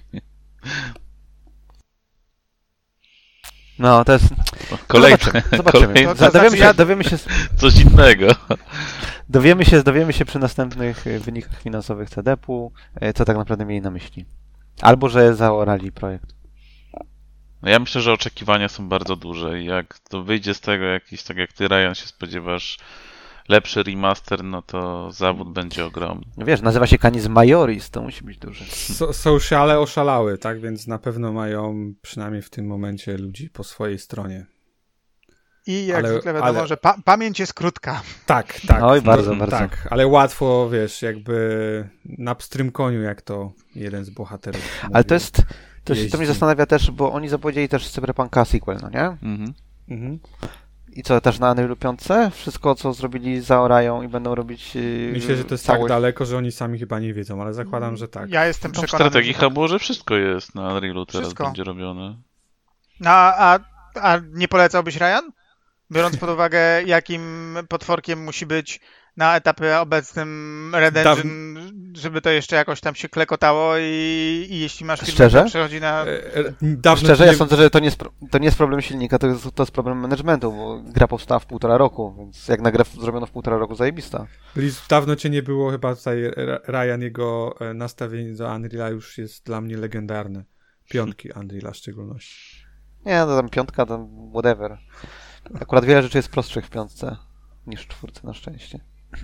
S1: No, to jest...
S2: Kolejne,
S1: Zobaczymy. zobaczymy.
S2: kolejne
S4: To- to
S1: Dowiemy,
S4: znaczy,
S1: się,
S4: ja-
S1: dowiemy, się,
S2: coś innego.
S1: dowiemy, się, dowiemy się przy następnych y, wynikach finansowych C D P-u, y, co tak naprawdę mieli na myśli. Albo, że zaorali projekt.
S2: No ja myślę, że oczekiwania są bardzo duże i jak to wyjdzie z tego jakiś, tak jak ty, Ryan, się spodziewasz, lepszy remaster, no to zawód będzie ogromny.
S1: No wiesz, nazywa się Canis Majoris, to musi być duży.
S3: So, sociale oszalały, tak? Więc na pewno mają przynajmniej w tym momencie ludzi po swojej stronie.
S4: I jak
S3: Ale-
S4: zwykle wiadomo,
S3: ale-
S4: że pa pamięć jest krótka.
S3: Tak, tak.
S1: Oj, bardzo,
S3: no,
S1: bardzo.
S3: Tak, ale łatwo, wiesz, jakby na pstrym koniu, jak to jeden z bohaterów
S1: Ale
S3: mówił.
S1: to jest... To, się, to
S3: Jeździ.
S1: mnie zastanawia też, bo oni zapowiedzieli też Cyberpunka sequel, no nie?
S2: Mhm.
S3: Mhm.
S1: I co, też na Unrealu pięć? Wszystko, co zrobili, zaorają i będą robić yy,
S3: Myślę, że to jest
S1: całość.
S3: tak daleko, że oni sami chyba nie wiedzą, ale zakładam, że tak.
S4: Ja jestem
S2: Tam w
S4: przekonany,
S2: strategii
S4: że tak.
S2: było, że wszystko jest na Unrealu teraz
S4: Wszystko.
S2: będzie robione.
S4: No, a, a, a nie polecałbyś, Ryan? Biorąc pod uwagę, jakim potworkiem musi być na etapie obecnym Red
S3: Daw-
S4: Engine, żeby to jeszcze jakoś tam się klekotało i, i jeśli masz firmę,
S1: Szczerze?
S4: która przechodzi na...
S3: E, e, Dawno
S1: Szczerze,
S3: ci
S1: ja
S3: nie...
S1: sądzę, że to nie, jest, pro- to nie jest problem silnika, to jest, to jest problem managementu, bo gra powstała w półtora roku, więc jak na grę w- zrobiono w półtora roku, zajebista.
S3: Liz, dawno cię nie było, chyba tutaj Ra- Ryan, jego e, nastawienie do Unreala już jest dla mnie legendarne. Piątki Unreala w szczególności.
S1: Nie, no tam piątka, tam whatever. Akurat wiele rzeczy jest prostszych w piątce niż w czwórce, na szczęście.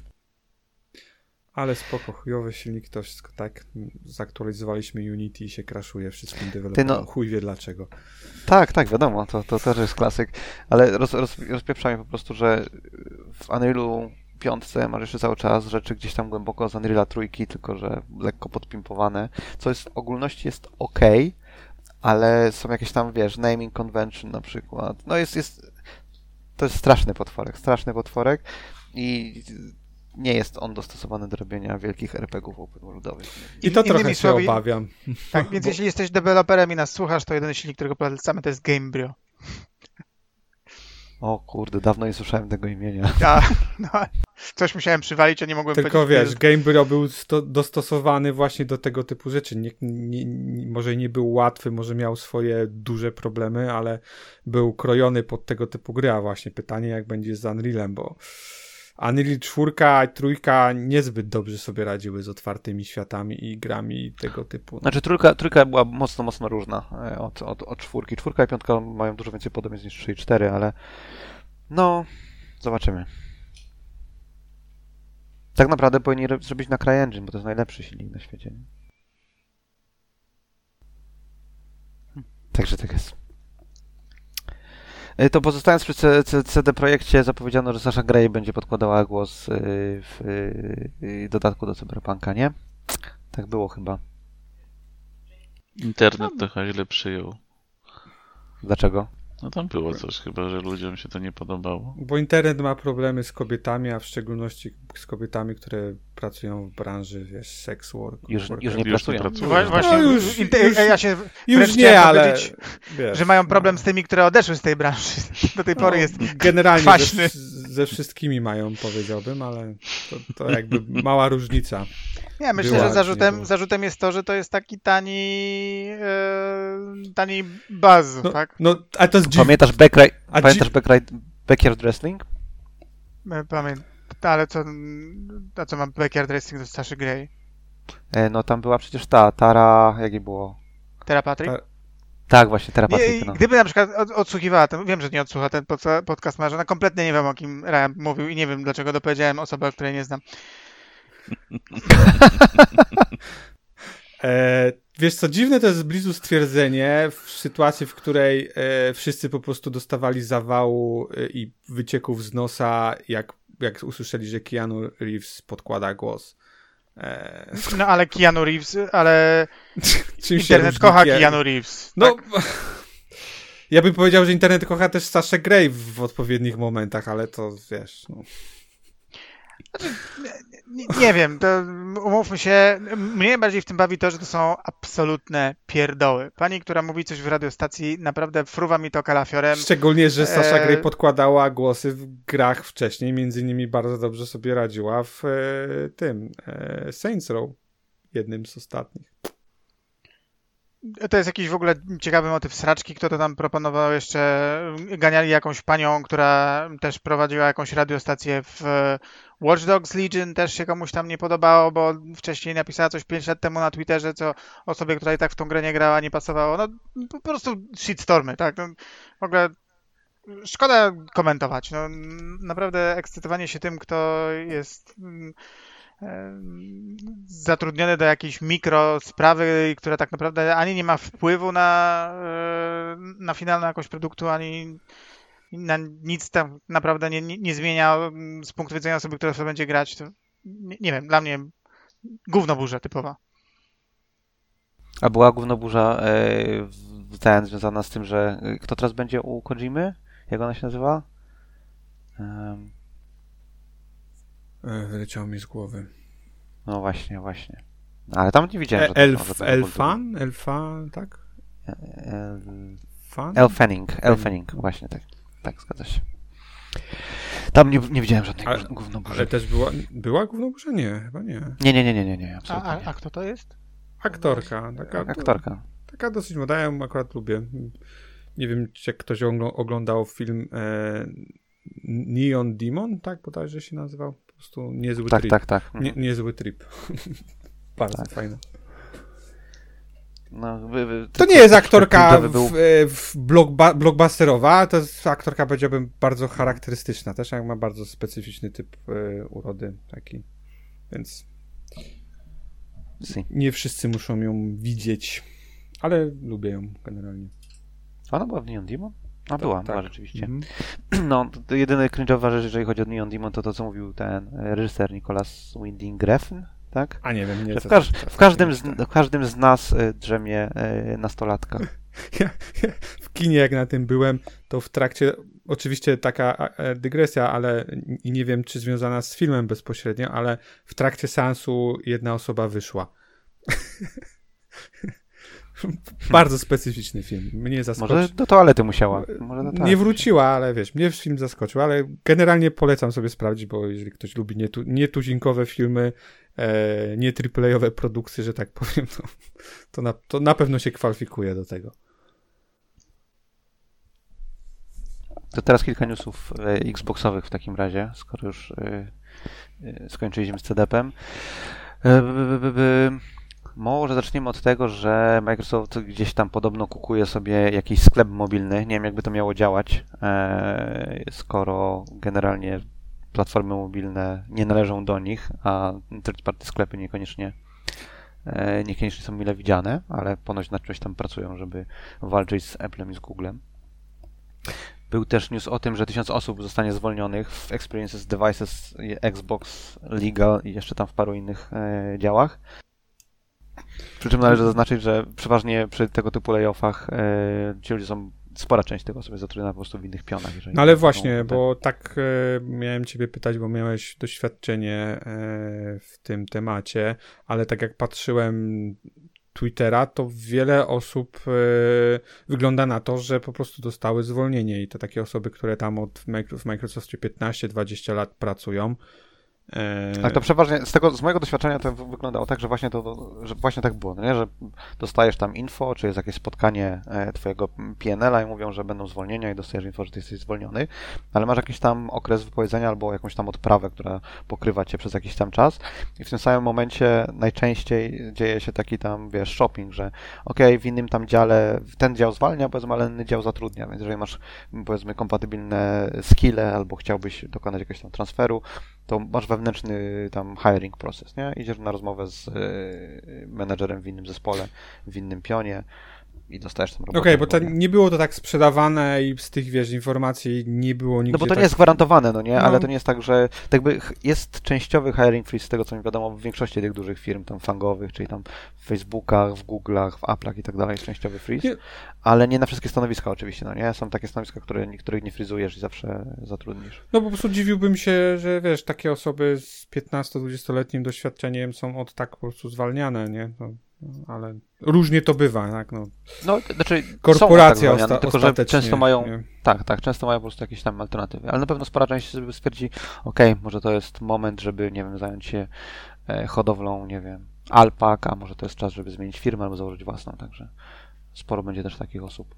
S3: Ale spoko, chujowy silnik, to wszystko tak. Zaktualizowaliśmy Unity i się crashuje wszystkim deweloperom.
S1: no-
S3: Chuj wie dlaczego.
S1: Tak, tak, wiadomo, to, to też jest klasyk, ale roz, roz, rozpieprza mnie po prostu, że w Unrealu piątce masz jeszcze cały czas rzeczy gdzieś tam głęboko z Unreala trójki, tylko że lekko podpimpowane, co jest w ogólności jest ok, ale są jakieś tam, wiesz, naming convention na przykład. No jest, jest, to jest straszny potworek, straszny potworek i nie jest on dostosowany do robienia wielkich er pe gie ów open worldowych.
S3: I to
S4: Innymi
S3: trochę się
S4: słowy-
S3: obawiam.
S4: Tak, więc
S3: Bo-
S4: jeśli jesteś deweloperem i nas słuchasz, to jedyny silnik, którego polecamy, to jest Gamebryo.
S1: O kurde, dawno nie słyszałem tego imienia.
S4: Ja, no, coś musiałem przywalić, a nie mogłem
S3: Tylko
S4: powiedzieć.
S3: wiesz, Gamebryo był sto- dostosowany właśnie do tego typu rzeczy. Nie, nie, nie, może nie był łatwy, może miał swoje duże problemy, ale był krojony pod tego typu gry, a właśnie pytanie jak będzie z Unrealem, bo Unreal czwórka i trójka niezbyt dobrze sobie radziły z otwartymi światami i grami tego typu. No.
S1: Znaczy trójka, trójka była mocno, mocno różna e, od, od, od czwórki. Czwórka i piątka mają dużo więcej podobieństw niż trzy i cztery, ale no, zobaczymy. Tak naprawdę powinni ro- zrobić na CryEngine, bo to jest najlepszy silnik na świecie. Nie? Hm. Także tak jest. E, To pozostając przy C- C- C D Projekcie, zapowiedziano, że Sasha Grey będzie podkładała głos e, w e, dodatku do Cyberpunka, nie? Tak było chyba.
S2: Internet trochę źle przyjął.
S1: Dlaczego?
S2: No tam było coś chyba, że ludziom się to nie podobało.
S3: Bo internet ma problemy z kobietami, a w szczególności z kobietami, które pracują w branży, wiesz, sex work.
S1: Już-
S3: work-
S1: już nie
S2: Już nie
S1: pracują.
S2: pracują.
S4: Wła- Właśnie,
S3: No już-
S4: inte-
S3: już-
S4: ja się
S3: Już
S4: wręcz
S3: nie,
S4: chciałem
S3: ale
S4: powiedzieć,
S3: wiesz,
S4: że mają problem
S3: no.
S4: z tymi, które odeszły z tej branży. Do tej pory
S3: No,
S4: jest
S3: generalnie ze,
S4: kwaśny.
S3: ze wszystkimi mają, powiedziałbym, ale to, to jakby mała różnica.
S4: Nie, myślę,
S3: Była,
S4: że
S3: czy nie
S4: zarzutem,
S3: była?
S4: zarzutem jest to, że to jest taki tani e, tani buzz,
S3: No,
S4: tak?
S3: no a to jest dziwne.
S1: Pamiętasz Backri-
S3: A
S1: pamiętasz
S3: dzi-
S1: Backri- Backyard Wrestling?
S4: E, Pamiętam, ale co, a co mam Backyard Racing do Saszy Grey?
S1: E, No tam była przecież ta, Tara, jak jej było?
S4: Terapatryk?
S3: Ta-
S1: Tak, właśnie, Tara
S4: Nie,
S1: Patrick, no.
S4: Gdyby na przykład od, odsłuchiwała ten, wiem, że nie odsłucha ten podca- podcast, że ona kompletnie nie wiem, o kim Ryan mówił i nie wiem, dlaczego dopowiedziałem osobę, o której nie znam.
S3: E, wiesz co, dziwne to jest Blizu stwierdzenie w sytuacji, w której e, wszyscy po prostu dostawali zawału e, i wycieków z nosa, jak, jak usłyszeli, że Keanu Reeves podkłada głos. E,
S4: No ale Keanu Reeves, ale
S3: czym się
S4: internet
S3: różni
S4: kocha
S3: Ke-
S4: Keanu Reeves.
S3: No,
S4: tak?
S3: ja bym powiedział, że internet kocha też Saszę Grey w odpowiednich momentach, ale to wiesz, no.
S4: Nie, nie wiem, to umówmy się, mnie bardziej w tym bawi to, że to są absolutne pierdoły. Pani, która mówi coś w radiostacji, naprawdę fruwa mi to kalafiorem.
S3: Szczególnie, że Sasha
S4: E,
S3: Grey podkładała głosy w grach wcześniej, między innymi bardzo dobrze sobie radziła w e, tym e, Saints Row, jednym z ostatnich.
S4: To jest jakiś w ogóle ciekawy motyw sraczki, kto to tam proponował jeszcze, ganiali jakąś panią, która też prowadziła jakąś radiostację w Watch Dogs Legion, też się komuś tam nie podobało, bo wcześniej napisała coś pięć lat temu na Twitterze, co osobie, która i tak w tą grę nie grała, nie pasowało. No po prostu shitstormy, tak? No, w ogóle szkoda komentować. No, naprawdę ekscytowanie się tym, kto jest mm, em, zatrudniony do jakiejś mikro sprawy, która tak naprawdę ani nie ma wpływu na, e, na finalną jakość produktu, ani na nic tak naprawdę nie, nie, nie zmienia mm, z punktu widzenia osoby, która w to będzie grać. To, nie, nie wiem, dla mnie gówno burza typowa.
S1: A była gównoburza e, w- ten, związana z tym, że e, kto teraz będzie u Kojimy? Jak ona się nazywa? Em,
S3: E, wyleciało mi z głowy.
S1: no właśnie, właśnie. No, ale tam nie widziałem
S3: E,
S1: żadnego-
S3: Elf,
S1: żadnego
S3: Elfan? Elfa, tak?
S1: El,
S3: Fan?
S1: El Fanning, El Fanning, właśnie tak. Tak, zgadza się. Tam nie, nie widziałem żadnej
S3: Ale-
S1: ale, gównoburzy.
S3: Ale też była, była głównoburza? Nie, chyba nie.
S1: Nie, nie, nie, nie, nie, nie,
S4: A,
S1: absolutnie
S4: a,
S1: nie.
S4: a kto to jest?
S3: Aktorka. Taka,
S1: Aktorka.
S3: taka dosyć młoda, ja ją akurat lubię. Nie wiem, czy jak ktoś ogl- oglądał film e, Neon Demon, tak bodajże się nazywał? Po prostu niezły
S1: Tak,
S3: trip.
S1: tak, tak. Mhm.
S3: Nie, niezły trip. Bardzo
S1: Tak.
S3: fajne.
S1: No, wy, wy,
S3: To nie jest aktorka
S1: cringe'owy był-
S3: w, e, w blockba- blockbusterowa, to jest aktorka, powiedziałbym, bardzo charakterystyczna. Też jak ma bardzo specyficzny typ e, urody taki. Więc
S1: Si.
S3: nie wszyscy muszą ją widzieć, ale lubię ją generalnie.
S1: Ona była w Neon Demon? A była,
S3: tak.
S1: była rzeczywiście.
S3: Mhm.
S1: No, to, to jedyny cringe'owa rzecz, jeżeli chodzi o Neon Demon, to to, co mówił ten e, reżyser Nicolas Winding Refn, tak?
S3: A nie wiem, nie.
S1: Że
S3: co
S1: w, każ-
S3: to- co to
S1: w, każdym
S3: jest,
S1: z,
S3: tak.
S1: w każdym z nas y, drzemie y, nastolatka.
S3: Ja, ja w kinie jak na tym byłem, to w trakcie, oczywiście taka e, dygresja, ale i nie wiem, czy związana z filmem bezpośrednio, ale w trakcie seansu jedna osoba wyszła. Bardzo specyficzny film. Mnie zaskoczył.
S1: Może do toalety musiała. Może do toalety
S3: Nie wróciła, ale wiesz, mnie film zaskoczył, ale generalnie polecam sobie sprawdzić, bo jeżeli ktoś lubi nietu, nietuzinkowe filmy, e, nie triplejowe produkcje, że tak powiem, to, to, na, to na pewno się kwalifikuje do tego.
S1: To teraz kilka newsów e, Xboxowych w takim razie, skoro już e, e, skończyliśmy z C D P-em. E, b, b, b, b. Może zaczniemy od tego, że Microsoft gdzieś tam podobno kukuje sobie jakiś sklep mobilny. Nie wiem, jakby to miało działać, e, skoro generalnie platformy mobilne nie należą do nich, a third-party sklepy niekoniecznie, e, niekoniecznie są mile widziane, ale ponoć nad czymś tam pracują, żeby walczyć z Applem i z Googlem. Był też news o tym, że tysiąc osób zostanie zwolnionych w Experiences Devices, Xbox Legal i jeszcze tam w paru innych e, działach. Przy czym należy zaznaczyć, że przeważnie przy tego typu layoffach e, ci ludzie są, spora część tego sobie zatrudniona po prostu w innych pionach.
S3: No ale
S1: nie
S3: właśnie,
S1: są,
S3: bo tak e, miałem ciebie pytać, bo miałeś doświadczenie e, w tym temacie, ale tak jak patrzyłem Twittera, to wiele osób e, wygląda na to, że po prostu dostały zwolnienie i to takie osoby, które tam od w Microsoftie piętnaście dwadzieścia lat pracują.
S1: Tak, to przeważnie z tego, z mojego doświadczenia to wyglądało tak, że właśnie to, że właśnie tak było, no nie? Że dostajesz tam info, czy jest jakieś spotkanie e, twojego P N L-a i mówią, że będą zwolnienia i dostajesz info, że ty jesteś zwolniony, ale masz jakiś tam okres wypowiedzenia albo jakąś tam odprawę, która pokrywa cię przez jakiś tam czas i w tym samym momencie najczęściej dzieje się taki tam, wiesz, shopping, że okej, okay, w innym tam dziale, ten dział zwalnia, powiedzmy, ale inny dział zatrudnia, więc jeżeli masz, powiedzmy, kompatybilne skille albo chciałbyś dokonać jakiegoś tam transferu, to masz wewnętrzny tam hiring proces, nie? Idziesz na rozmowę z y, menedżerem w innym zespole, w innym pionie i dostajesz tam robotę.
S3: Okej, okay, bo to nie było to tak sprzedawane i z tych, wiesz, informacji nie było nigdzie.
S1: No bo to
S3: tak...
S1: nie jest gwarantowane, no nie?
S3: No.
S1: Ale to nie jest tak, że tak jakby jest częściowy hiring freeze z tego, co mi wiadomo, w większości tych dużych firm tam fangowych, czyli tam w Facebookach, w Google'ach, w Apple'ach i tak dalej jest częściowy freeze, nie. Ale nie na wszystkie stanowiska oczywiście, no nie? Są takie stanowiska, które niektórych nie fryzujesz i zawsze zatrudnisz.
S3: No po prostu dziwiłbym się, że wiesz, takie osoby z piętnasto-dwudziestoletnim doświadczeniem są od tak po prostu zwalniane, nie? No, ale różnie to bywa, tak? No,
S1: no znaczy
S3: korporacja
S1: są tak zwalniane,
S3: osta-
S1: tylko że często mają,
S3: nie?
S1: tak, tak, często mają po prostu jakieś tam alternatywy, ale na pewno spora część sobie stwierdzi, okej, okay, może to jest moment, żeby, nie wiem, zająć się e, hodowlą, nie wiem, alpak, a może to jest czas, żeby zmienić firmę albo założyć własną, także sporo będzie też takich osób.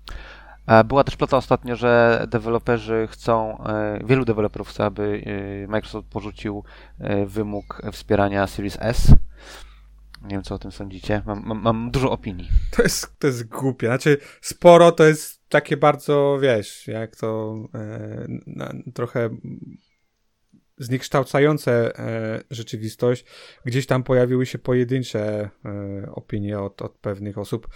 S1: E, była też plota ostatnio, że deweloperzy chcą, e, wielu deweloperów chce, aby e, Microsoft porzucił e, wymóg wspierania Series S. Nie wiem, co o tym sądzicie. Mam, mam, mam dużo opinii.
S3: To jest, to jest głupie. Znaczy, sporo to jest takie bardzo, wiesz, jak to e, na, trochę zniekształcające e, rzeczywistość. Gdzieś tam pojawiły się pojedyncze e, opinie od, od pewnych osób.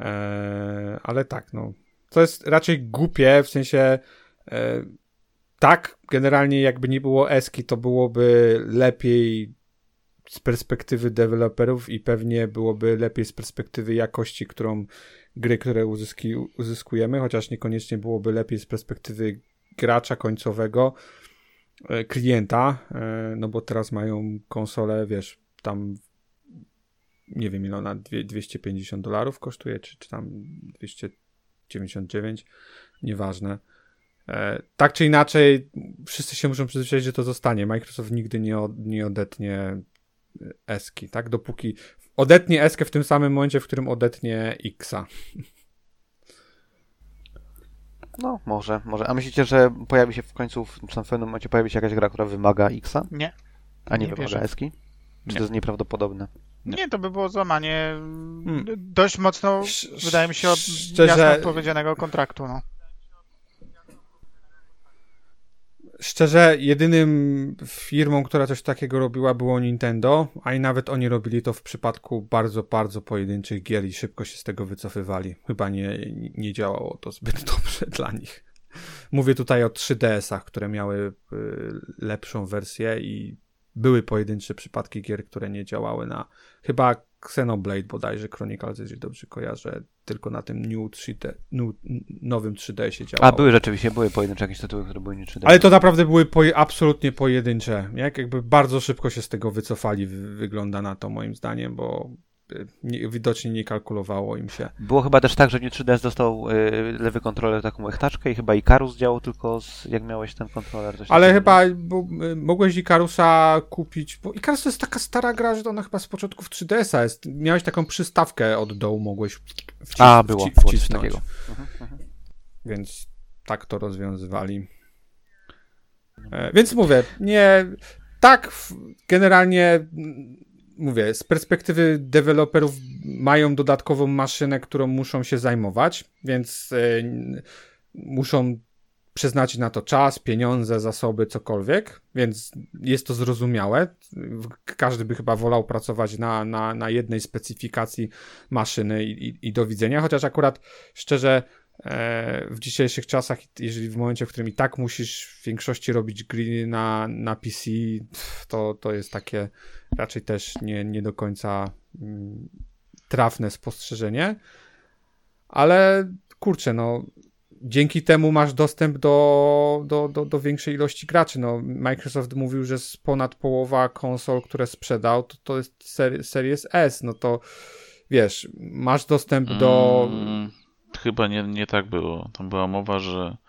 S3: E, ale tak, no. To jest raczej głupie, w sensie e, tak, generalnie jakby nie było eski, to byłoby lepiej z perspektywy deweloperów i pewnie byłoby lepiej z perspektywy jakości, którą gry, które uzyski, uzyskujemy, chociaż niekoniecznie byłoby lepiej z perspektywy gracza końcowego, e, klienta, e, no bo teraz mają konsolę, wiesz, tam nie wiem ile ona, dwieście pięćdziesiąt dolarów kosztuje, czy, czy tam dwieście dziewięćdziesiąt dziewięć, nieważne. E, tak czy inaczej, wszyscy się muszą przyzwyczaić, że to zostanie. Microsoft nigdy nie, od, nie odetnie eski, tak? Dopóki odetnie eskę w tym samym momencie, w którym odetnie X-a.
S1: No, może, może. A myślicie, że pojawi się w końcu, w pewnym momencie pojawi się jakaś gra, która wymaga X-a?
S4: Nie.
S1: A nie,
S4: nie
S1: wymaga
S4: wierzę.
S1: eski? Czy
S4: Nie.
S1: to jest nieprawdopodobne?
S4: Nie. nie, to by było złamanie
S3: Hmm.
S4: dość mocno,
S3: Sz-
S4: wydaje mi się, od
S3: szczerze-
S4: jasno odpowiedzianego kontraktu, no.
S3: Szczerze, jedynym firmą, która coś takiego robiła, było Nintendo, a i nawet oni robili to w przypadku bardzo, bardzo pojedynczych gier i szybko się z tego wycofywali. Chyba nie, nie działało to zbyt dobrze dla nich. Mówię tutaj o trzy D S ach, które miały y, lepszą wersję i były pojedyncze przypadki gier, które nie działały na chyba Xenoblade bodajże Chronicles, jeżeli dobrze kojarzę, tylko na tym New trzy D, new, nowym trzy D się działało.
S1: A były rzeczywiście, były pojedyncze jakieś tytuły, które były nie trzy D.
S3: Ale to naprawdę były poje, absolutnie pojedyncze. Jak jakby bardzo szybko się z tego wycofali, wygląda na to moim zdaniem, bo nie, widocznie nie kalkulowało im się.
S1: Było chyba też tak, że w New trzy D S dostał y, lewy kontroler taką echtaczkę i chyba Icarus działał tylko z, jak miałeś ten kontroler. Coś
S3: Ale
S1: takiego.
S3: chyba bo, y, mogłeś Icarusa kupić, bo Icarus to jest taka stara gra, że ona chyba z początków trzy D S a jest. Miałeś taką przystawkę od dołu, mogłeś wcis-
S1: A, było,
S3: wci-
S1: było coś
S3: wcisnąć.
S1: takiego. Mhm, mhm.
S3: Więc tak to rozwiązywali. E, więc mówię, nie, tak w, generalnie m, mówię, z perspektywy deweloperów mają dodatkową maszynę, którą muszą się zajmować, więc e, n- muszą przeznaczyć na to czas, pieniądze, zasoby, cokolwiek, więc jest to zrozumiałe. W- Każdy by chyba wolał pracować na, na, na jednej specyfikacji maszyny i, i, i do widzenia, chociaż akurat szczerze e, w dzisiejszych czasach, jeżeli w momencie, w którym i tak musisz w większości robić gry na, na P C, to, to jest takie raczej też nie, nie do końca mm, trafne spostrzeżenie, ale kurczę, no dzięki temu masz dostęp do, do, do, do większej ilości graczy. No, Microsoft mówił, że z ponad połowa konsol, które sprzedał, to, to jest ser- Series S. No to wiesz, masz dostęp do...
S2: Mm, chyba nie, nie tak było. Tam była mowa, że
S3: Wydaje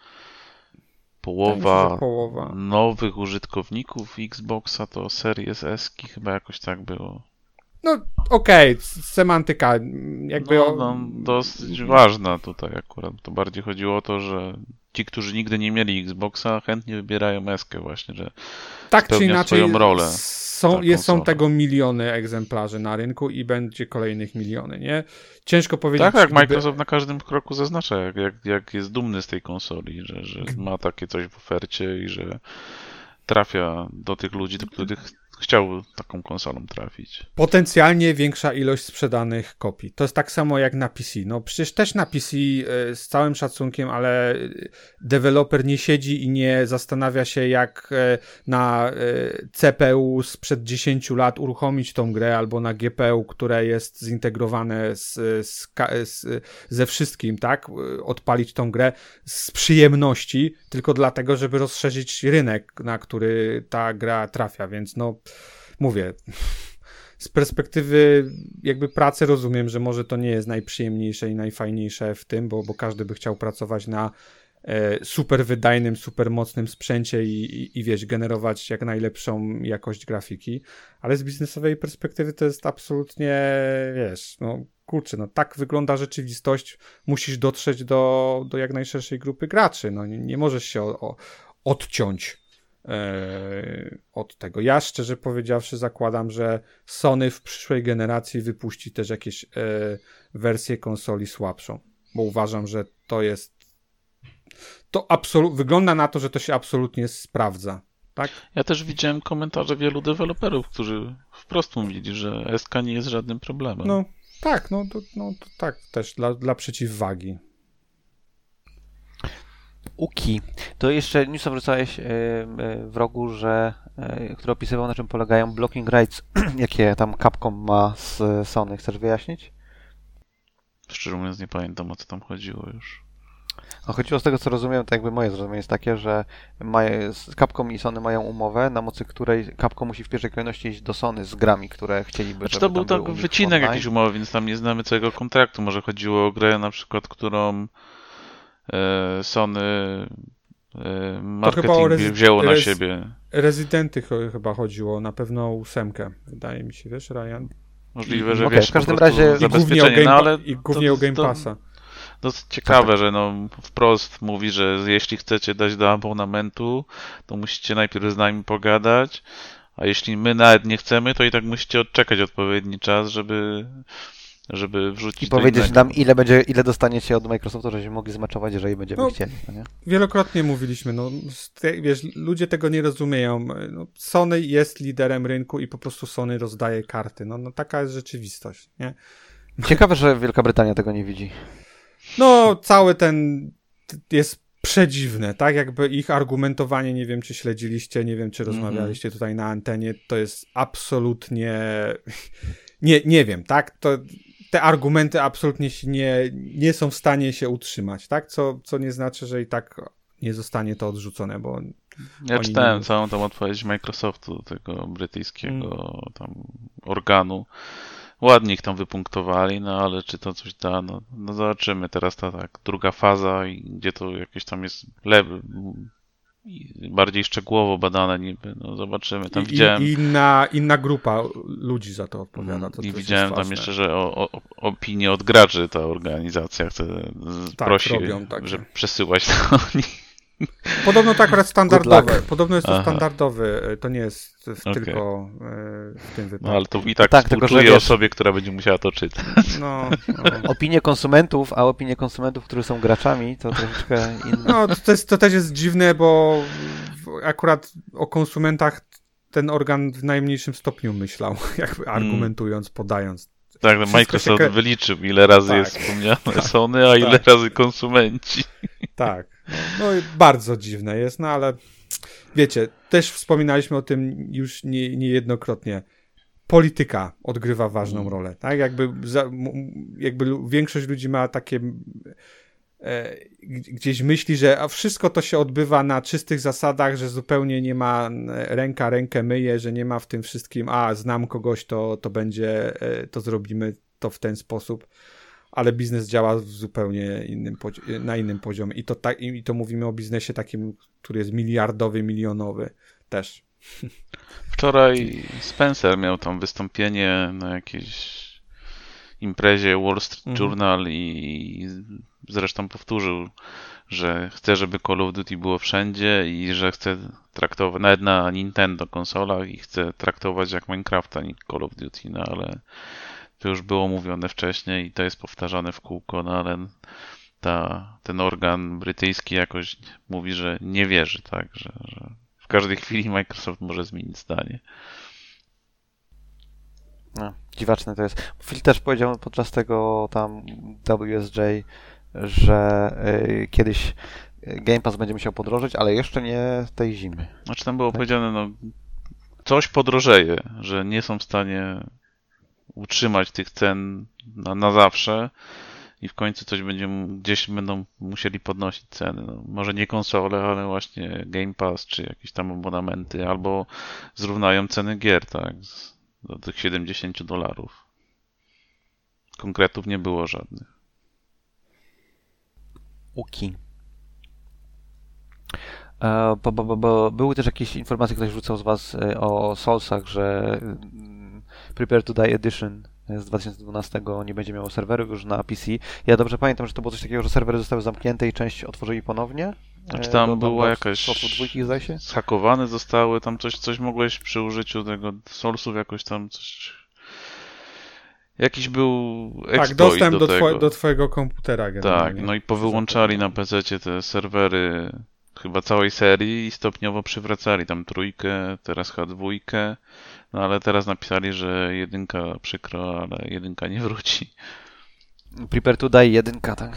S2: połowa,
S3: mi się, że połowa.
S2: nowych użytkowników Xboxa to Series S-ki, chyba jakoś tak było.
S3: No okej, okay, semantyka. Jakby
S2: No,
S3: o...
S2: no, dosyć ważna tutaj akurat. To bardziej chodziło o to, że ci, którzy nigdy nie mieli Xboxa, chętnie wybierają S-kę właśnie, że
S3: tak czy
S2: spełnia
S3: inaczej
S2: swoją rolę.
S3: Są,
S2: ta
S3: jest, są
S2: konsola.
S3: tego miliony egzemplarzy na rynku i będzie kolejnych miliony, nie? Ciężko powiedzieć.
S2: Tak, tak,
S3: gdyby-
S2: Microsoft na każdym kroku zaznacza, jak, jak, jak jest dumny z tej konsoli, że, że ma takie coś w ofercie i że trafia do tych ludzi, do których chciał taką konsolą trafić.
S3: Potencjalnie większa ilość sprzedanych kopii. To jest tak samo jak na P C. No przecież też na P C y, z całym szacunkiem, ale y, deweloper nie siedzi i nie zastanawia się, jak y, na y, C P U sprzed dziesięciu lat uruchomić tą grę, albo na G P U, które jest zintegrowane z, z, ka- z, ze wszystkim, tak? Y, Odpalić tą grę z przyjemności, tylko dlatego, żeby rozszerzyć rynek, na który ta gra trafia, więc no mówię, z perspektywy jakby pracy rozumiem, że może to nie jest najprzyjemniejsze i najfajniejsze w tym, bo, bo każdy by chciał pracować na e, super wydajnym, super mocnym sprzęcie i, i, i wiesz, generować jak najlepszą jakość grafiki, ale z biznesowej perspektywy to jest absolutnie, wiesz, no kurczę, no tak wygląda rzeczywistość, musisz dotrzeć do, do jak najszerszej grupy graczy, no nie, nie możesz się o, o, odciąć od tego. Ja szczerze powiedziawszy zakładam, że Sony w przyszłej generacji wypuści też jakieś e, wersję konsoli słabszą, bo uważam, że to jest to absolu- wygląda na to, że to się absolutnie sprawdza, tak?
S2: Ja też widziałem komentarze wielu deweloperów, którzy wprost mówili, że S K nie jest żadnym problemem.
S3: No tak, no to, no, to tak też dla, dla przeciwwagi.
S1: Uki. To jeszcze newsa wrzucałeś yy, w rogu, że, yy, który opisywał, na czym polegają blocking rights, jakie tam Capcom ma z Sony. Chcesz wyjaśnić?
S2: Szczerze mówiąc nie pamiętam, o co tam chodziło już.
S1: No, chodziło z tego, co rozumiem, to jakby moje zrozumienie jest takie, że mają, Capcom i Sony mają umowę, na mocy której Capcom musi w pierwszej kolejności iść do Sony z grami, które chcieliby,
S2: Znaczy
S1: żeby
S2: to był
S1: tam
S2: tak
S1: były u nich
S2: wycinek
S1: online.
S2: jakiejś umowy, więc tam nie znamy całego kontraktu. Może chodziło o grę na przykład, którą e, Sony e, marketing
S3: chyba o rezi-
S2: wzięło na
S3: rez-
S2: siebie.
S3: Rezydenty ch- chyba chodziło, na pewno ósemkę, wydaje mi się, wiesz, Ryan?
S2: Możliwe, że
S1: Okej,
S2: wiesz,
S1: w każdym
S2: po prostu
S1: razie-
S3: I głównie o
S2: zabezpieczenie,
S3: Game,
S2: no ale
S3: i głównie
S2: to,
S3: o Game
S2: to,
S3: Passa.
S2: dosyć ciekawe, że no wprost mówi, że jeśli chcecie dać do abonamentu, to musicie najpierw z nami pogadać, a jeśli my nawet nie chcemy, to i tak musicie odczekać odpowiedni czas, żeby, żeby wrzucić
S1: I
S2: do
S1: powiedzieć
S2: innego.
S1: nam, ile będzie, ile dostaniecie od Microsoftu, żebyśmy mogli zmaczować, jeżeli będziemy
S3: No,
S1: chcieli. No nie?
S3: Wielokrotnie mówiliśmy, no wiesz, ludzie tego nie rozumieją. No, Sony jest liderem rynku i po prostu Sony rozdaje karty. No, no taka jest rzeczywistość, nie?
S1: Ciekawe, że Wielka Brytania tego nie widzi.
S3: No, cały ten jest przedziwne, tak? Jakby ich argumentowanie, nie wiem, czy śledziliście, nie wiem, czy rozmawialiście tutaj na antenie, to jest absolutnie... Nie, nie wiem, tak? To, te argumenty absolutnie się nie, nie są w stanie się utrzymać, tak? Co, co nie znaczy, że i tak nie zostanie to odrzucone, bo...
S2: Ja czytałem
S3: nie...
S2: całą tą odpowiedź Microsoftu, tego brytyjskiego hmm. tam organu. Ładnie ich tam wypunktowali, no ale czy to coś da, no, no zobaczymy. Teraz ta tak, druga faza, i gdzie to jakieś tam jest lewy, bardziej szczegółowo badane niby, no zobaczymy. Tam
S3: I,
S2: widziałem...
S3: i inna, inna grupa ludzi za to odpowiada. To
S2: I
S3: też
S2: widziałem tam jeszcze, że o, o, opinie od graczy ta organizacja chce,
S3: tak,
S2: prosi,
S3: robią, tak,
S2: że
S3: tak.
S2: przesyłać do nich.
S3: Podobno to akurat standardowe. Podobno jest to Aha. standardowy. To nie jest w, okay. tylko w tym wypadku.
S2: No ale to i tak,
S1: tak
S2: współczuję
S1: tylko,
S2: osobie, która będzie musiała to czytać.
S3: No, no.
S1: Opinie konsumentów, a opinie konsumentów, którzy są graczami, to troszeczkę inne.
S3: No, to, jest, to też jest dziwne, bo akurat o konsumentach ten organ w najmniejszym stopniu myślał, jakby argumentując, podając.
S2: Tak, no Microsoft się... wyliczył, ile razy tak. jest wspomniane Sony, a ile tak. razy konsumenci.
S3: Tak. No i bardzo dziwne jest, no ale wiecie, też wspominaliśmy o tym już nie, niejednokrotnie. Polityka odgrywa ważną mm. rolę, tak? Jakby, za, jakby większość ludzi ma takie e, gdzieś myśli, że a wszystko to się odbywa na czystych zasadach, że zupełnie nie ma ręka rękę myje, że nie ma w tym wszystkim, a znam kogoś, to, to będzie, e, to zrobimy to w ten sposób. Ale biznes działa w zupełnie innym na innym poziomie. I to, tak, I to mówimy o biznesie takim, który jest miliardowy, milionowy też.
S2: Wczoraj Spencer miał tam wystąpienie na jakiejś imprezie Wall Street Journal mhm. i zresztą powtórzył, że chce, żeby Call of Duty było wszędzie i że chce traktować, nawet na Nintendo konsolach, i chce traktować jak Minecrafta, nie Call of Duty, no ale to już było mówione wcześniej i to jest powtarzane w kółko, no ale ta, ten organ brytyjski jakoś mówi, że nie wierzy, tak, że, że w każdej chwili Microsoft może zmienić zdanie.
S1: No, dziwaczne to jest. Phil też powiedział podczas tego tam W S J, że y, kiedyś Game Pass będzie musiał podrożyć, ale jeszcze nie tej zimy.
S2: Znaczy tam było tak? powiedziane, no coś podrożeje, że nie są w stanie utrzymać tych cen na, na zawsze i w końcu coś będzie, gdzieś będą musieli podnosić ceny. No, może nie konsole, ale właśnie Game Pass, czy jakieś tam abonamenty, albo zrównają ceny gier, tak, do tych siedemdziesiąt dolarów. Konkretów nie było żadnych.
S1: Uki. E, bo, bo, bo były też jakieś informacje, ktoś rzucał z was o Soulsach, że Prepare to Die Edition z dwa tysiące dwunastego nie będzie miało serwerów już na P C. Ja dobrze pamiętam, że to było coś takiego, że serwery zostały zamknięte i część otworzyli ponownie.
S2: Znaczy tam
S1: do,
S2: była
S1: do,
S2: jakaś...
S1: dwójki, zdaje się?
S2: Zhakowane zostały, tam coś, coś mogłeś przy użyciu tego Soulsów jakoś tam coś... Jakiś był exploit
S3: tak, dostęp
S2: do,
S3: do,
S2: tego.
S3: Two, do twojego komputera generalnie.
S2: Tak, no i powyłączali na pececie te serwery chyba całej serii i stopniowo przywracali tam trójkę, teraz H dwa, no ale teraz napisali, że jedynka przykro, ale jedynka nie wróci.
S1: Prepare to Die jedynka, tak.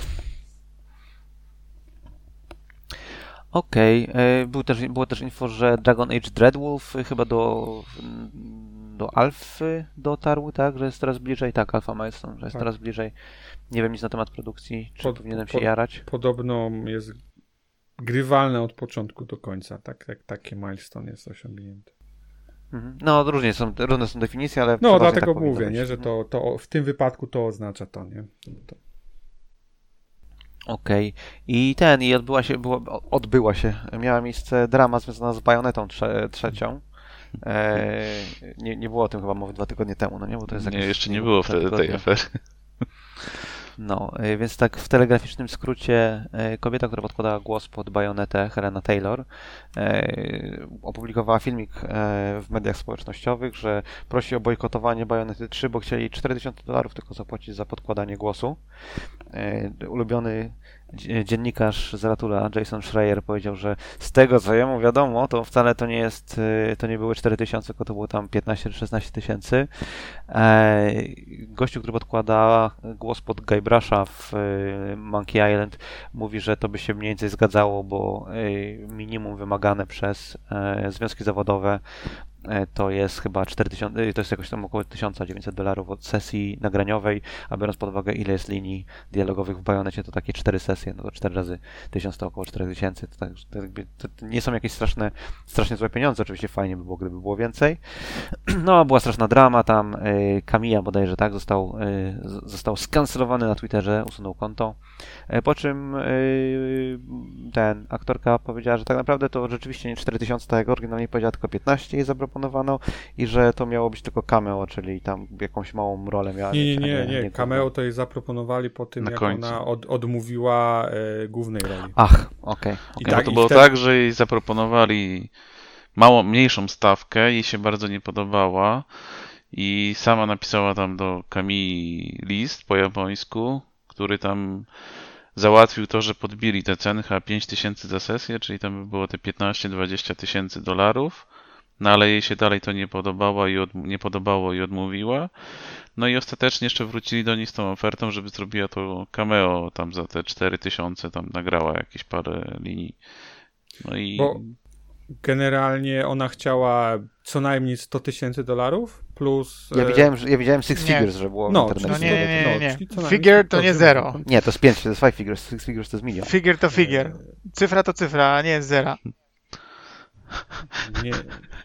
S1: Okej, okay. Był też, było też info, że Dragon Age Dreadwolf chyba do, do alfy dotarł, tak, że jest coraz bliżej, tak, Alpha Milestone, że jest
S3: tak.
S1: coraz bliżej. Nie wiem nic na temat produkcji, czy
S3: Pod,
S1: powinienem się
S3: pod,
S1: jarać.
S3: Podobno jest grywalne od początku do końca, tak, tak takie milestone jest osiągnięte.
S1: Mhm. No, różnie są, różne są definicje, ale...
S3: No, dlatego
S1: tak
S3: mówię,
S1: być.
S3: nie, że to, to w tym wypadku to oznacza to, nie? To...
S1: Okej. Okay. I ten, i odbyła się, była, odbyła się, miała miejsce drama związana z Bajonetą trze, trzecią. E, nie, nie było o tym chyba mowy dwa tygodnie temu, no nie? Bo to jest
S2: nie, jeszcze nie było wtedy tej afery.
S1: No, więc tak w telegraficznym skrócie kobieta, która podkładała głos pod Bajonetę, Helena Taylor, opublikowała filmik w mediach społecznościowych, że prosi o bojkotowanie Bajonety trzy, bo chcieli cztery tysiące dolarów tylko zapłacić za podkładanie głosu. Ulubiony dzie- dziennikarz z Ratula, Jason Schreier, powiedział, że z tego, co jemu wiadomo, to wcale to nie jest, y, to nie były cztery tysiące, tylko to było tam piętnaście czy szesnaście tysięcy. E, Gościu, który podkłada głos pod Guybrusha w y, Monkey Island, mówi, że to by się mniej więcej zgadzało, bo y, minimum wymagane przez e, związki zawodowe e, to jest chyba cztery tysiące, y, to jest jakoś tam około tysiąc dziewięćset dolarów od sesji nagraniowej, a biorąc pod uwagę, ile jest linii dialogowych w Bajonecie, to takie cztery sesje, no to cztery razy tysiąc to około cztery tysiące. To, tak, to, jakby, to nie są jakieś straszne, strasznie złe pieniądze, oczywiście fajnie by było, gdyby było więcej. No, była straszna drama tam, y, Camilla bodajże, tak, został, y, z- został skancelowany na Twitterze, usunął konto, y, po czym y, ten, aktorka powiedziała, że tak naprawdę to rzeczywiście nie cztery tysiące, tak jak oryginalnie powiedziała, tylko piętnaście jej zaproponowano i że to miało być tylko cameo, czyli tam jakąś małą rolę miała.
S3: Nie, nie,
S1: mieć, a
S3: nie, nie. Cameo to jej zaproponowali po tym,
S2: Na
S3: jak
S2: końcu.
S3: ona od, odmówiła e, głównej roli.
S1: Ach, okej.
S3: I
S2: No
S3: tak,
S2: to
S3: i
S2: było
S3: wtedy-
S2: tak, że jej zaproponowali mało, mniejszą stawkę, jej się bardzo nie podobała i sama napisała tam do Kamii list po japońsku, który tam załatwił to, że podbili te ceny, chyba pięć tysięcy za sesję, czyli tam by było te piętnaście dwadzieścia tysięcy dolarów, no ale jej się dalej to nie podobało i, od, nie podobało i odmówiła. No i ostatecznie jeszcze wrócili do niej z tą ofertą, żeby zrobiła to cameo tam za te cztery tysiące, tam nagrała jakieś parę linii. No i
S3: Bo generalnie ona chciała co najmniej sto tysięcy dolarów plus...
S1: Ja
S3: e,
S1: widziałem, że, ja widziałem Six
S4: Nie.
S1: Figures, że było w
S3: No,
S1: internecie.
S4: No nie, nie, nie, nie,
S3: No, czyli co
S4: nie.
S3: najmniej
S4: Figure to
S3: sto
S4: nie
S3: tysięcy.
S4: zero.
S1: Nie, to jest pięć, to jest five figures, six figures to jest milion.
S4: Figure to figure. Cyfra to cyfra, a nie jest zera.
S3: Nie.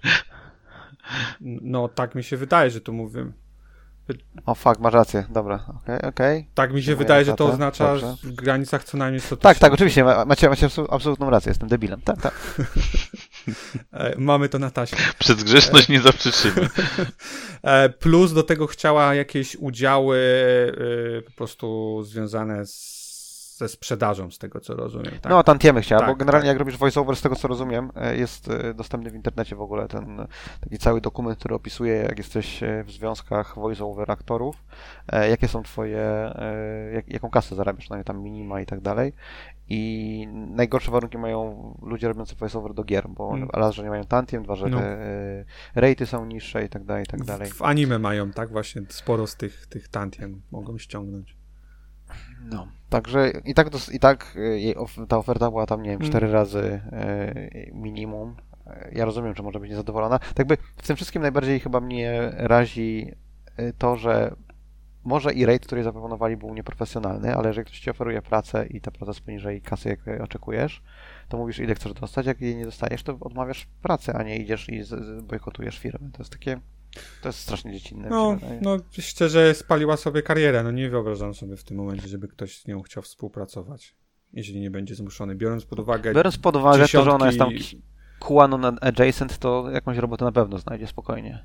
S3: No, tak mi się wydaje, że to mówię.
S1: O fuck, masz rację, dobra, okej, okej.
S3: Tak mi się
S1: Dziękuję,
S3: wydaje, że to
S1: Tata.
S3: oznacza
S1: Dobrze.
S3: w granicach co najmniej sto tysięcy.
S1: Tak, tak, oczywiście, ma- macie, macie absolu- absolutną rację, jestem debilem, tak, tak.
S3: E, Mamy to na taśmie.
S2: przez grzeszność nie zaprzeczymy.
S3: E, Plus do tego chciała jakieś udziały e, po prostu związane z, ze sprzedażą, z tego co rozumiem. Tak?
S1: No, tantiemy chciała,
S3: Tak,
S1: bo generalnie
S3: tak.
S1: jak robisz voiceover, z tego co rozumiem, e, jest e, dostępny w internecie w ogóle ten e, taki cały dokument, który opisuje, jak jesteś e, w związkach voiceover aktorów, e, jakie są twoje, e, jak, jaką kasę zarabiasz, no i tam minima i tak dalej. I najgorsze warunki mają ludzie robiący voiceover do gier, bo
S3: Mm.
S1: raz, że nie mają tantiem, dwa, że
S3: No.
S1: te e, rejty są niższe i tak dalej, i tak dalej.
S3: W, w anime mają, tak? Właśnie sporo z tych, tych tantiem mogą ściągnąć.
S1: No, także i tak, dos- i tak y, jej of- ta oferta była tam, nie wiem,
S3: Mm.
S1: cztery razy y, minimum. Y, Ja rozumiem, że może być niezadowolona. Tak jakby w tym wszystkim najbardziej chyba mnie razi y, to, że może i rate, który zaproponowali, był nieprofesjonalny, ale jeżeli ktoś ci oferuje pracę i ta praca jest poniżej kasy, jakiej oczekujesz, to mówisz, ile chcesz dostać, jak jej nie dostajesz, to odmawiasz pracy, a nie idziesz i z- z- bojkotujesz firmę. To jest takie, to jest strasznie dziecinne. mi się
S3: No,
S1: wydaje.
S3: no, szczerze spaliła sobie karierę. No nie wyobrażam sobie w tym momencie, żeby ktoś z nią chciał współpracować, jeżeli nie będzie zmuszony. Biorąc pod uwagę
S1: Biorąc pod uwagę to, że ona jest tam
S3: dziesiątki-
S1: QAnon adjacent, to jakąś robotę na pewno znajdzie spokojnie.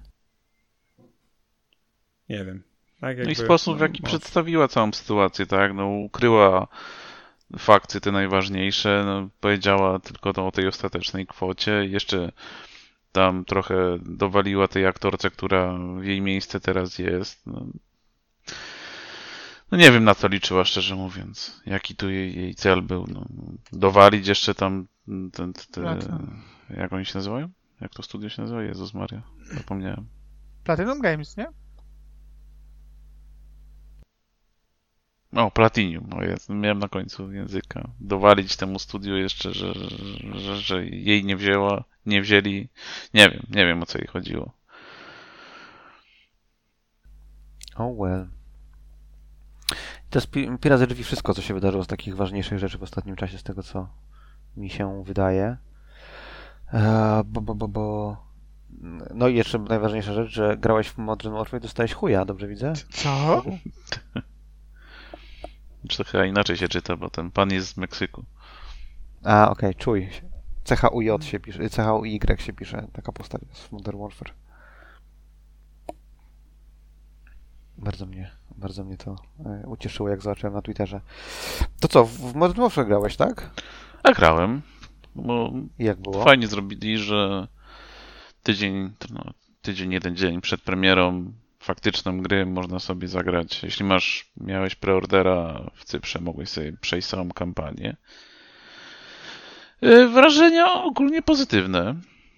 S3: Nie wiem. Tak
S2: No i
S3: jakby-
S2: sposób, w jaki
S3: no,
S2: przedstawiła całą sytuację, tak, no ukryła fakty te najważniejsze, no, powiedziała tylko to o tej ostatecznej kwocie, jeszcze tam trochę dowaliła tej aktorce, która w jej miejsce teraz jest. No, no nie wiem, na co liczyła, szczerze mówiąc, jaki tu jej, jej cel był, no, dowalić jeszcze tam ten, ten,
S4: Platinum.
S2: jak oni się nazywają? Jak to studio się nazywa? Jezus Maria, zapomniałem.
S4: Platinum Games, nie?
S2: O, Platinum, o jest, miałem na końcu języka. Dowalić temu studiu jeszcze, że, że, że jej nie wzięła, nie wzięli. Nie wiem, nie wiem o co jej chodziło.
S1: Oh well. To jest pi- Pira ze drzwi wszystko, co się wydarzyło z takich ważniejszych rzeczy w ostatnim czasie, z tego co mi się wydaje. Eee, bo, bo, bo, bo... No i jeszcze najważniejsza rzecz, że grałeś w Modern Warfare i dostałeś chuja, dobrze widzę?
S4: Co?
S2: Czy to chyba inaczej się czyta, bo ten pan jest z Meksyku.
S1: A, okej, czuj. C H U J się pisze, C H U Y się pisze, taka postać jest w Modern Warfare. Bardzo mnie, bardzo mnie to e, ucieszyło, jak zobaczyłem na Twitterze. To co, w Modern Warfare grałeś, tak?
S2: A grałem, bo
S1: I jak było?
S2: fajnie zrobili, że tydzień, no, tydzień, jeden dzień przed premierą faktyczną gry można sobie zagrać. Jeśli masz, miałeś preordera w Cyprze, mogłeś sobie przejść całą kampanię. Wrażenia ogólnie pozytywne.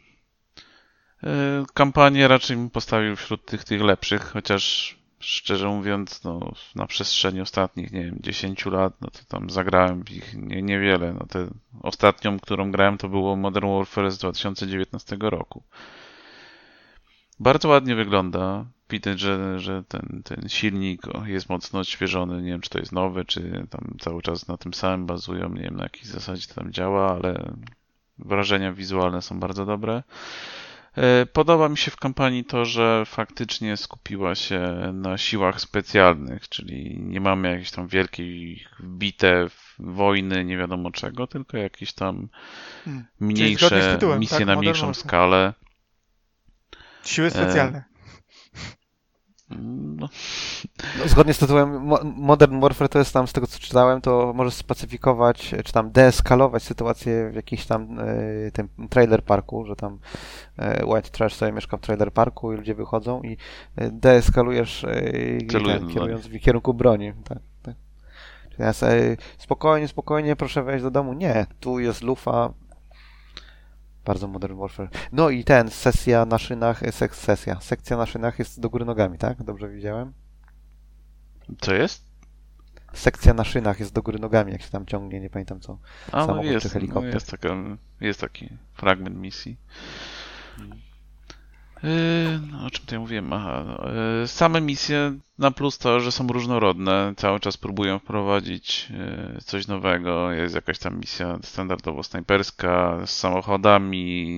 S2: Kampanię raczej bym postawił wśród tych, tych lepszych, chociaż szczerze mówiąc, no, na przestrzeni ostatnich, nie wiem, dziesięciu lat, no to tam zagrałem ich nie, niewiele. No, te, ostatnią, którą grałem, to było Modern Warfare z dwa tysiące dziewiętnastego roku. Bardzo ładnie wygląda. Widać, że, że ten, ten silnik jest mocno odświeżony. Nie wiem, czy to jest nowy, czy tam cały czas na tym samym bazują. Nie wiem, na jakiej zasadzie to tam działa, ale wrażenia wizualne są bardzo dobre. Podoba mi się w kampanii to, że faktycznie skupiła się na siłach specjalnych, czyli nie mamy jakiejś tam wielkiej bitew, wojny, nie wiadomo czego, tylko jakieś tam hmm. mniejsze tytułem, misje tak? na Modern mniejszą Warfare. Skalę.
S4: Siły specjalne. E...
S1: No. No, zgodnie z tytułem Modern Warfare to jest tam, z tego co czytałem, to możesz spacyfikować, czy tam deeskalować sytuację w jakimś tam y, tym trailer parku, że tam y, White Trash sobie mieszka w trailer parku i ludzie wychodzą i y, deeskalujesz y, ten, kierując w kierunku broni. Tak, tak. Czyli ja sobie, spokojnie, spokojnie, proszę wejść do domu. Nie, tu jest lufa. Bardzo Modern Warfare. No i ten, sesja na szynach, sek, sesja, sekcja na szynach jest do góry nogami, tak? Dobrze widziałem?
S2: Co jest?
S1: Sekcja na szynach jest do góry nogami, jak się tam ciągnie, nie pamiętam co.
S2: A,
S1: samochód
S2: no jest,
S1: czy helikopter.
S2: No jest, taka, jest taki fragment misji. Hmm. Yy, o czym tutaj mówiłem? Aha, yy, same misje na plus to, że są różnorodne. Cały czas próbują wprowadzić yy, coś nowego. Jest jakaś tam misja standardowo snajperska z samochodami.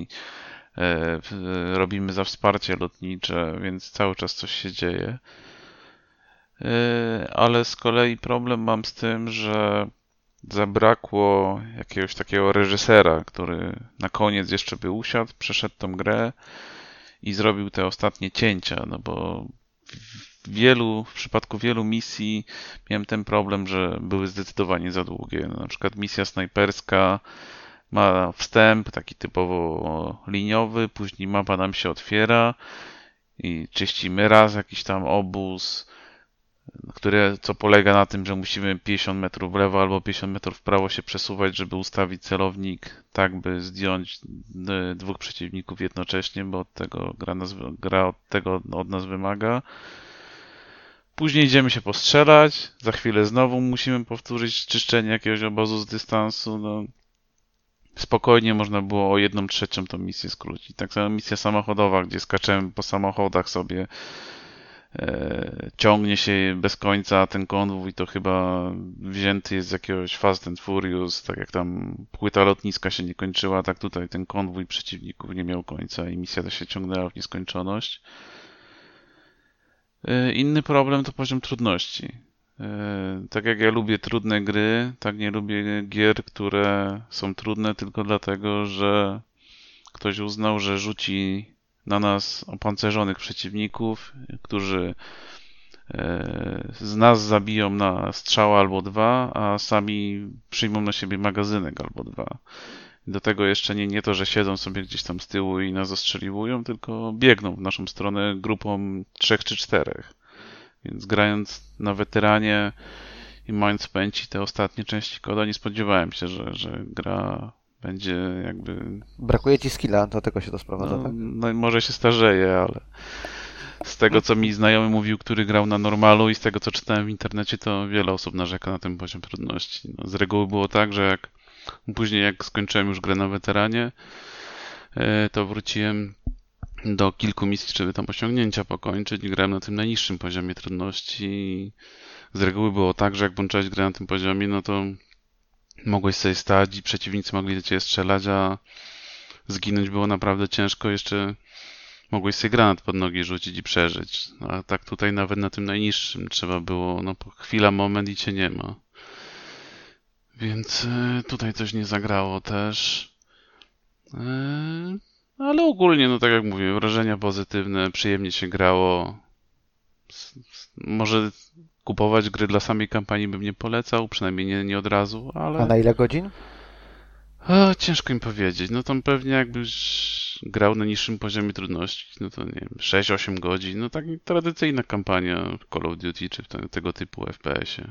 S2: Yy, robimy za wsparcie lotnicze, więc cały czas coś się dzieje. Yy, ale z kolei problem mam z tym, że zabrakło jakiegoś takiego reżysera, który na koniec jeszcze by usiadł, przeszedł tą grę i zrobił te ostatnie cięcia, no bo w wielu, w przypadku wielu misji miałem ten problem, że były zdecydowanie za długie. No, na przykład misja snajperska ma wstęp taki typowo liniowy, później mapa nam się otwiera i czyścimy raz jakiś tam obóz, które, co polega na tym, że musimy pięćdziesiąt metrów w lewo albo pięćdziesiąt metrów w prawo się przesuwać, żeby ustawić celownik tak, by zdjąć dwóch przeciwników jednocześnie, bo od tego gra, nas, gra od tego od nas wymaga. Później idziemy się postrzelać, za chwilę znowu musimy powtórzyć czyszczenie jakiegoś obozu z dystansu. No, spokojnie można było o jedną trzecią tą misję skrócić. Tak samo misja samochodowa, gdzie skaczemy po samochodach sobie, ciągnie się bez końca ten konwój, to chyba wzięty jest z jakiegoś Fast and Furious, tak jak tam płyta lotniska się nie kończyła, tak tutaj ten konwój przeciwników nie miał końca i misja to się ciągnęła w nieskończoność. Inny problem to poziom trudności. Tak jak ja lubię trudne gry, tak nie lubię gier, które są trudne tylko dlatego, że ktoś uznał, że rzuci na nas opancerzonych przeciwników, którzy z nas zabiją na strzał albo dwa, a sami przyjmą na siebie magazynek albo dwa. Do tego jeszcze nie, nie to, że siedzą sobie gdzieś tam z tyłu i nas ostrzeliwują, tylko biegną w naszą stronę grupą trzech czy czterech. Więc grając na weteranie i mając w pamięci te ostatnie części koda, nie spodziewałem się, że, że gra będzie jakby...
S1: Brakuje ci skilla, do tego się to sprowadza,
S2: no,
S1: tak?
S2: No może się starzeje, ale z tego, co mi znajomy mówił, który grał na normalu i z tego, co czytałem w internecie, to wiele osób narzeka na ten poziom trudności. No, z reguły było tak, że jak później jak skończyłem już grę na weteranie, to wróciłem do kilku misji, żeby tam osiągnięcia pokończyć i grałem na tym najniższym poziomie trudności. Z reguły było tak, że jak włączałeś grę na tym poziomie, no to mogłeś sobie stać i przeciwnicy mogli do ciebie strzelać, a zginąć było naprawdę ciężko. Jeszcze mogłeś sobie granat pod nogi rzucić i przeżyć. A tak tutaj nawet na tym najniższym trzeba było, no chwila, moment i cię nie ma. Więc tutaj coś nie zagrało też. Ale ogólnie, no tak jak mówię, wrażenia pozytywne, przyjemnie się grało. Może kupować gry dla samej kampanii bym nie polecał, przynajmniej nie, nie od razu, ale...
S1: A na ile godzin?
S2: A, ciężko im powiedzieć. No tam pewnie jakbyś ktoś grał na niższym poziomie trudności, no to nie wiem, sześć osiem godzin, no tak tradycyjna kampania Call of Duty czy w te- tego typu F P S-ie.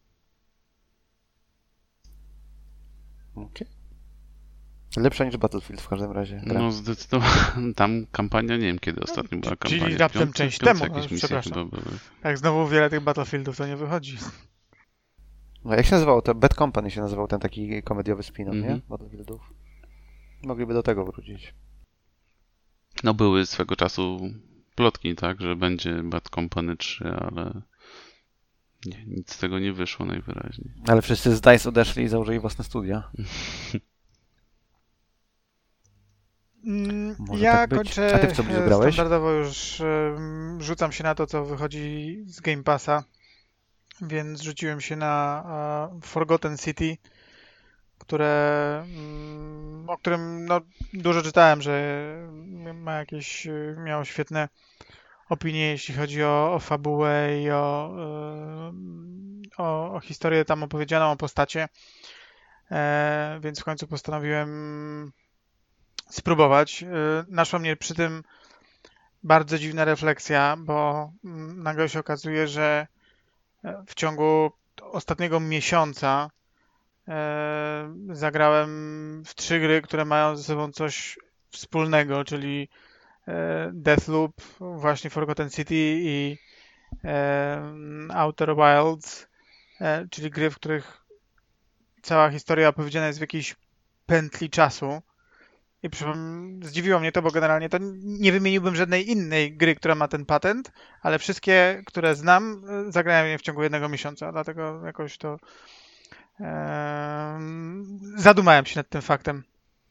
S1: Okej. Lepsza niż Battlefield w każdym razie. Gra.
S2: No zdecydowanie, tam kampania, nie wiem kiedy ostatnio była
S4: czyli
S2: kampania.
S4: raptem
S2: Piątce-
S4: część
S2: piątce
S4: temu,
S2: jakieś
S4: no,
S2: misje
S4: przepraszam.
S2: chyba były.
S4: Jak znowu wiele tych Battlefieldów, to nie wychodzi.
S1: No, jak się nazywał? To Bad Company się nazywał ten taki komediowy spin-off,
S2: Mhm.
S1: nie? Battlefieldów. Mogliby do tego wrócić.
S2: No były swego czasu plotki, tak, że będzie Bad Company trzy, ale nie, nic z tego nie wyszło najwyraźniej.
S1: Ale wszyscy z DICE odeszli i założyli własne studia.
S4: Mm,
S1: Może
S4: Ja
S1: tak być.
S4: kończę
S1: A ty w co bliżej
S4: e,
S1: grałeś?
S4: standardowo już em, rzucam się na to, co wychodzi z Game Passa, więc rzuciłem się na e, Forgotten City, które, mm, o którym no, dużo czytałem, że ma jakieś, e, miało świetne opinie, jeśli chodzi o, o fabułę i o, e, o, o historię tam opowiedzianą, o postacie, e, więc w końcu postanowiłem spróbować. Y, Naszła mnie przy tym bardzo dziwna refleksja, bo mm, nagle się okazuje, że e, w ciągu ostatniego miesiąca e, zagrałem w trzy gry, które mają ze sobą coś wspólnego, czyli e, Deathloop, właśnie Forgotten City i e, Outer Wilds, e, czyli gry, w których cała historia opowiedziana jest w jakiejś pętli czasu. I przypom- zdziwiło mnie to, bo generalnie to nie wymieniłbym żadnej innej gry, która ma ten patent, ale wszystkie, które znam, y, zagrałem je w ciągu jednego miesiąca, dlatego jakoś to em, zadumałem się nad tym faktem.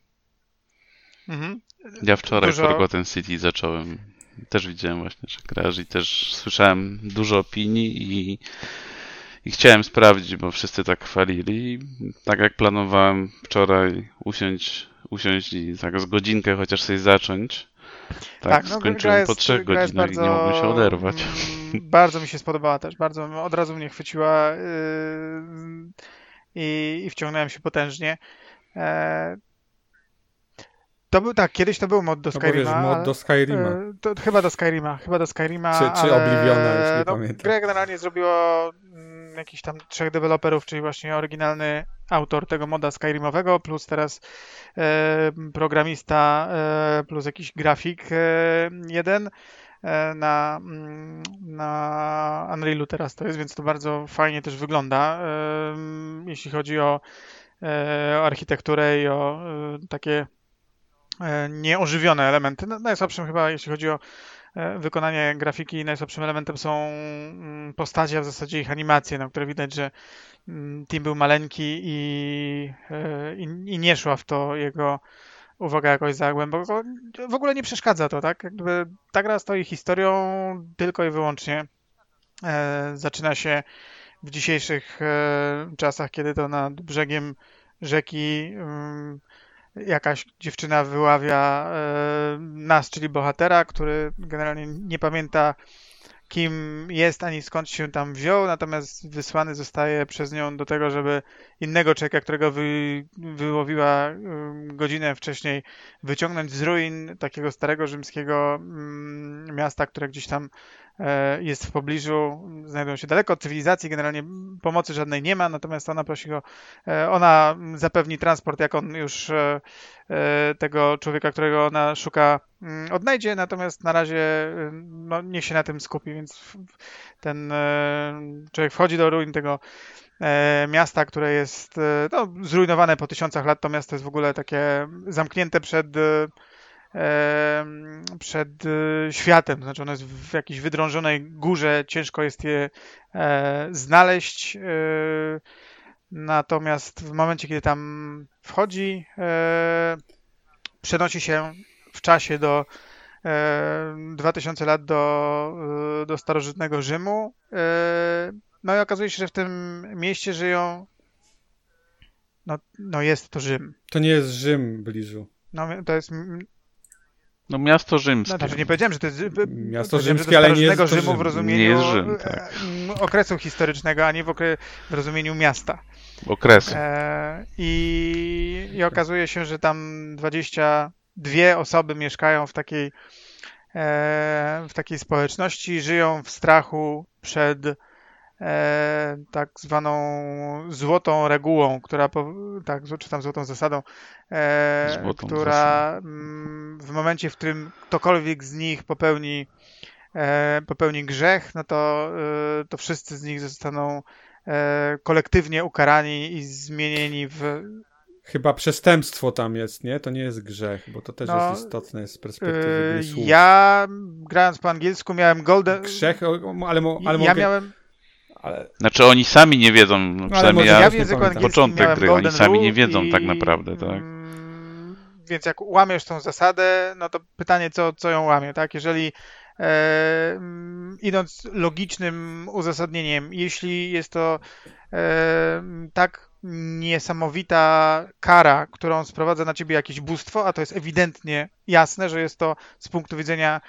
S4: Mhm.
S2: Ja wczoraj
S4: Dużo-
S2: Forgotten City zacząłem. Też widziałem właśnie, że grasz i też słyszałem dużo opinii i, i chciałem sprawdzić, bo wszyscy tak chwalili. I tak jak planowałem wczoraj usiąść, usiąść i tak z godzinkę chociaż sobie zacząć. Tak,
S4: no, gra
S2: skończyłem
S4: jest,
S2: po trzech
S4: gra jest
S2: godzinach i nie mogłem się oderwać.
S4: mm, Bardzo mi się spodobała też, bardzo od razu mnie chwyciła yy, i, i wciągnąłem się potężnie. E, To był tak, kiedyś to był mod do
S3: No bo wiesz,
S4: Skyrima.
S3: mod do Skyrima.
S4: e, To chyba do Skyrima, chyba do Skyrima.
S3: Czy- czy
S4: ale,
S3: Obliviona, już nie
S4: no,
S3: pamiętam.
S4: Grę generalnie zrobiło mm, jakiś tam trzech deweloperów, czyli właśnie oryginalny autor tego moda Skyrimowego, plus teraz e, programista, e, plus jakiś grafik e, jeden e, na, mm, na Unrealu teraz to jest, więc to bardzo fajnie też wygląda, e, jeśli chodzi o, e, o architekturę i o e, takie e, nieożywione elementy. No, najsłabszym chyba, jeśli chodzi o e, wykonanie grafiki, najsłabszym elementem są mm, postacie, a w zasadzie ich animacje, na które widać, że mm, team był maleńki i, e, i, i nie szła w to jego uwaga jakoś za głęboko. W ogóle nie przeszkadza to, tak? Jakby ta gra stoi historią tylko i wyłącznie. E, zaczyna się w dzisiejszych e, czasach, kiedy to nad brzegiem rzeki mm, jakaś dziewczyna wyławia e, nas, czyli bohatera, który generalnie nie pamięta, kim jest, ani skąd się tam wziął, natomiast wysłany zostaje przez nią do tego, żeby innego człowieka, którego wy, wyłowiła ym, godzinę wcześniej, wyciągnąć z ruin takiego starego rzymskiego ym, miasta, które gdzieś tam e, jest w pobliżu, znajdują się daleko od cywilizacji, generalnie pomocy żadnej nie ma, natomiast ona prosi go, e, ona zapewni transport, jak on już e, e, tego człowieka, którego ona szuka, mm, odnajdzie, natomiast na razie y, no, niech się na tym skupi, więc w- ten e, człowiek wchodzi do ruin tego e, miasta, które jest e, no, zrujnowane po tysiącach lat. To miasto jest w ogóle takie zamknięte przed, e, em, przed e, światem, znaczy ono jest w jakiejś wydrążonej górze, ciężko jest je e, znaleźć. E, natomiast w momencie, kiedy tam wchodzi, e, przenosi się w czasie do e, dwa tysiące lat do, e, do starożytnego Rzymu. E, no i okazuje się, że w tym mieście żyją. No, no jest to Rzym.
S3: To nie jest Rzym, Bliżu.
S4: No to jest. m-
S2: No miasto
S4: No
S2: rzymskie.
S4: znaczy nie powiedziałem, że to jest.
S3: Miasto
S4: powiedziałem,
S3: rzymskie,
S4: że do
S3: ale nie jest
S4: starożytnego
S3: to
S4: Rzymu
S3: Rzym.
S4: w rozumieniu
S2: Nie jest Rzym,
S4: e,
S2: tak.
S4: m, okresu historycznego, a nie w, okre, w rozumieniu miasta.
S2: Okresy.
S4: E, i, I okazuje się, że tam dwadzieścia dwie osoby mieszkają w takiej, w takiej społeczności, żyją w strachu przed E, tak zwaną złotą regułą, która, po, tak, czy tam złotą zasadą, e,
S2: Złotą
S4: która mm, w momencie, w którym ktokolwiek z nich popełni, e, popełni grzech, no to, e, to wszyscy z nich zostaną e, kolektywnie ukarani i zmienieni w...
S3: Chyba przestępstwo tam jest, nie? To nie jest grzech, bo to też
S4: No,
S3: jest istotne z perspektywy gry słów.
S4: Ja, grając po angielsku, miałem golden...
S3: Grzech, ale, mo, ale
S4: ja
S3: mogę...
S4: miałem...
S3: Ale...
S2: Znaczy oni sami nie wiedzą, no, przynajmniej
S3: może
S2: ja,
S4: ja w języku angielskim
S2: początek
S4: miałem
S2: gry, oni
S4: golden
S2: sami nie
S4: rule
S2: wiedzą
S4: i,
S2: tak naprawdę, tak?
S4: Mm, więc jak łamiesz tą zasadę, no to pytanie, co, co ją łamie, tak? Jeżeli e, mm, idąc logicznym uzasadnieniem, jeśli jest to e, tak niesamowita kara, którą sprowadza na ciebie jakieś bóstwo, a to jest ewidentnie jasne, że jest to z punktu widzenia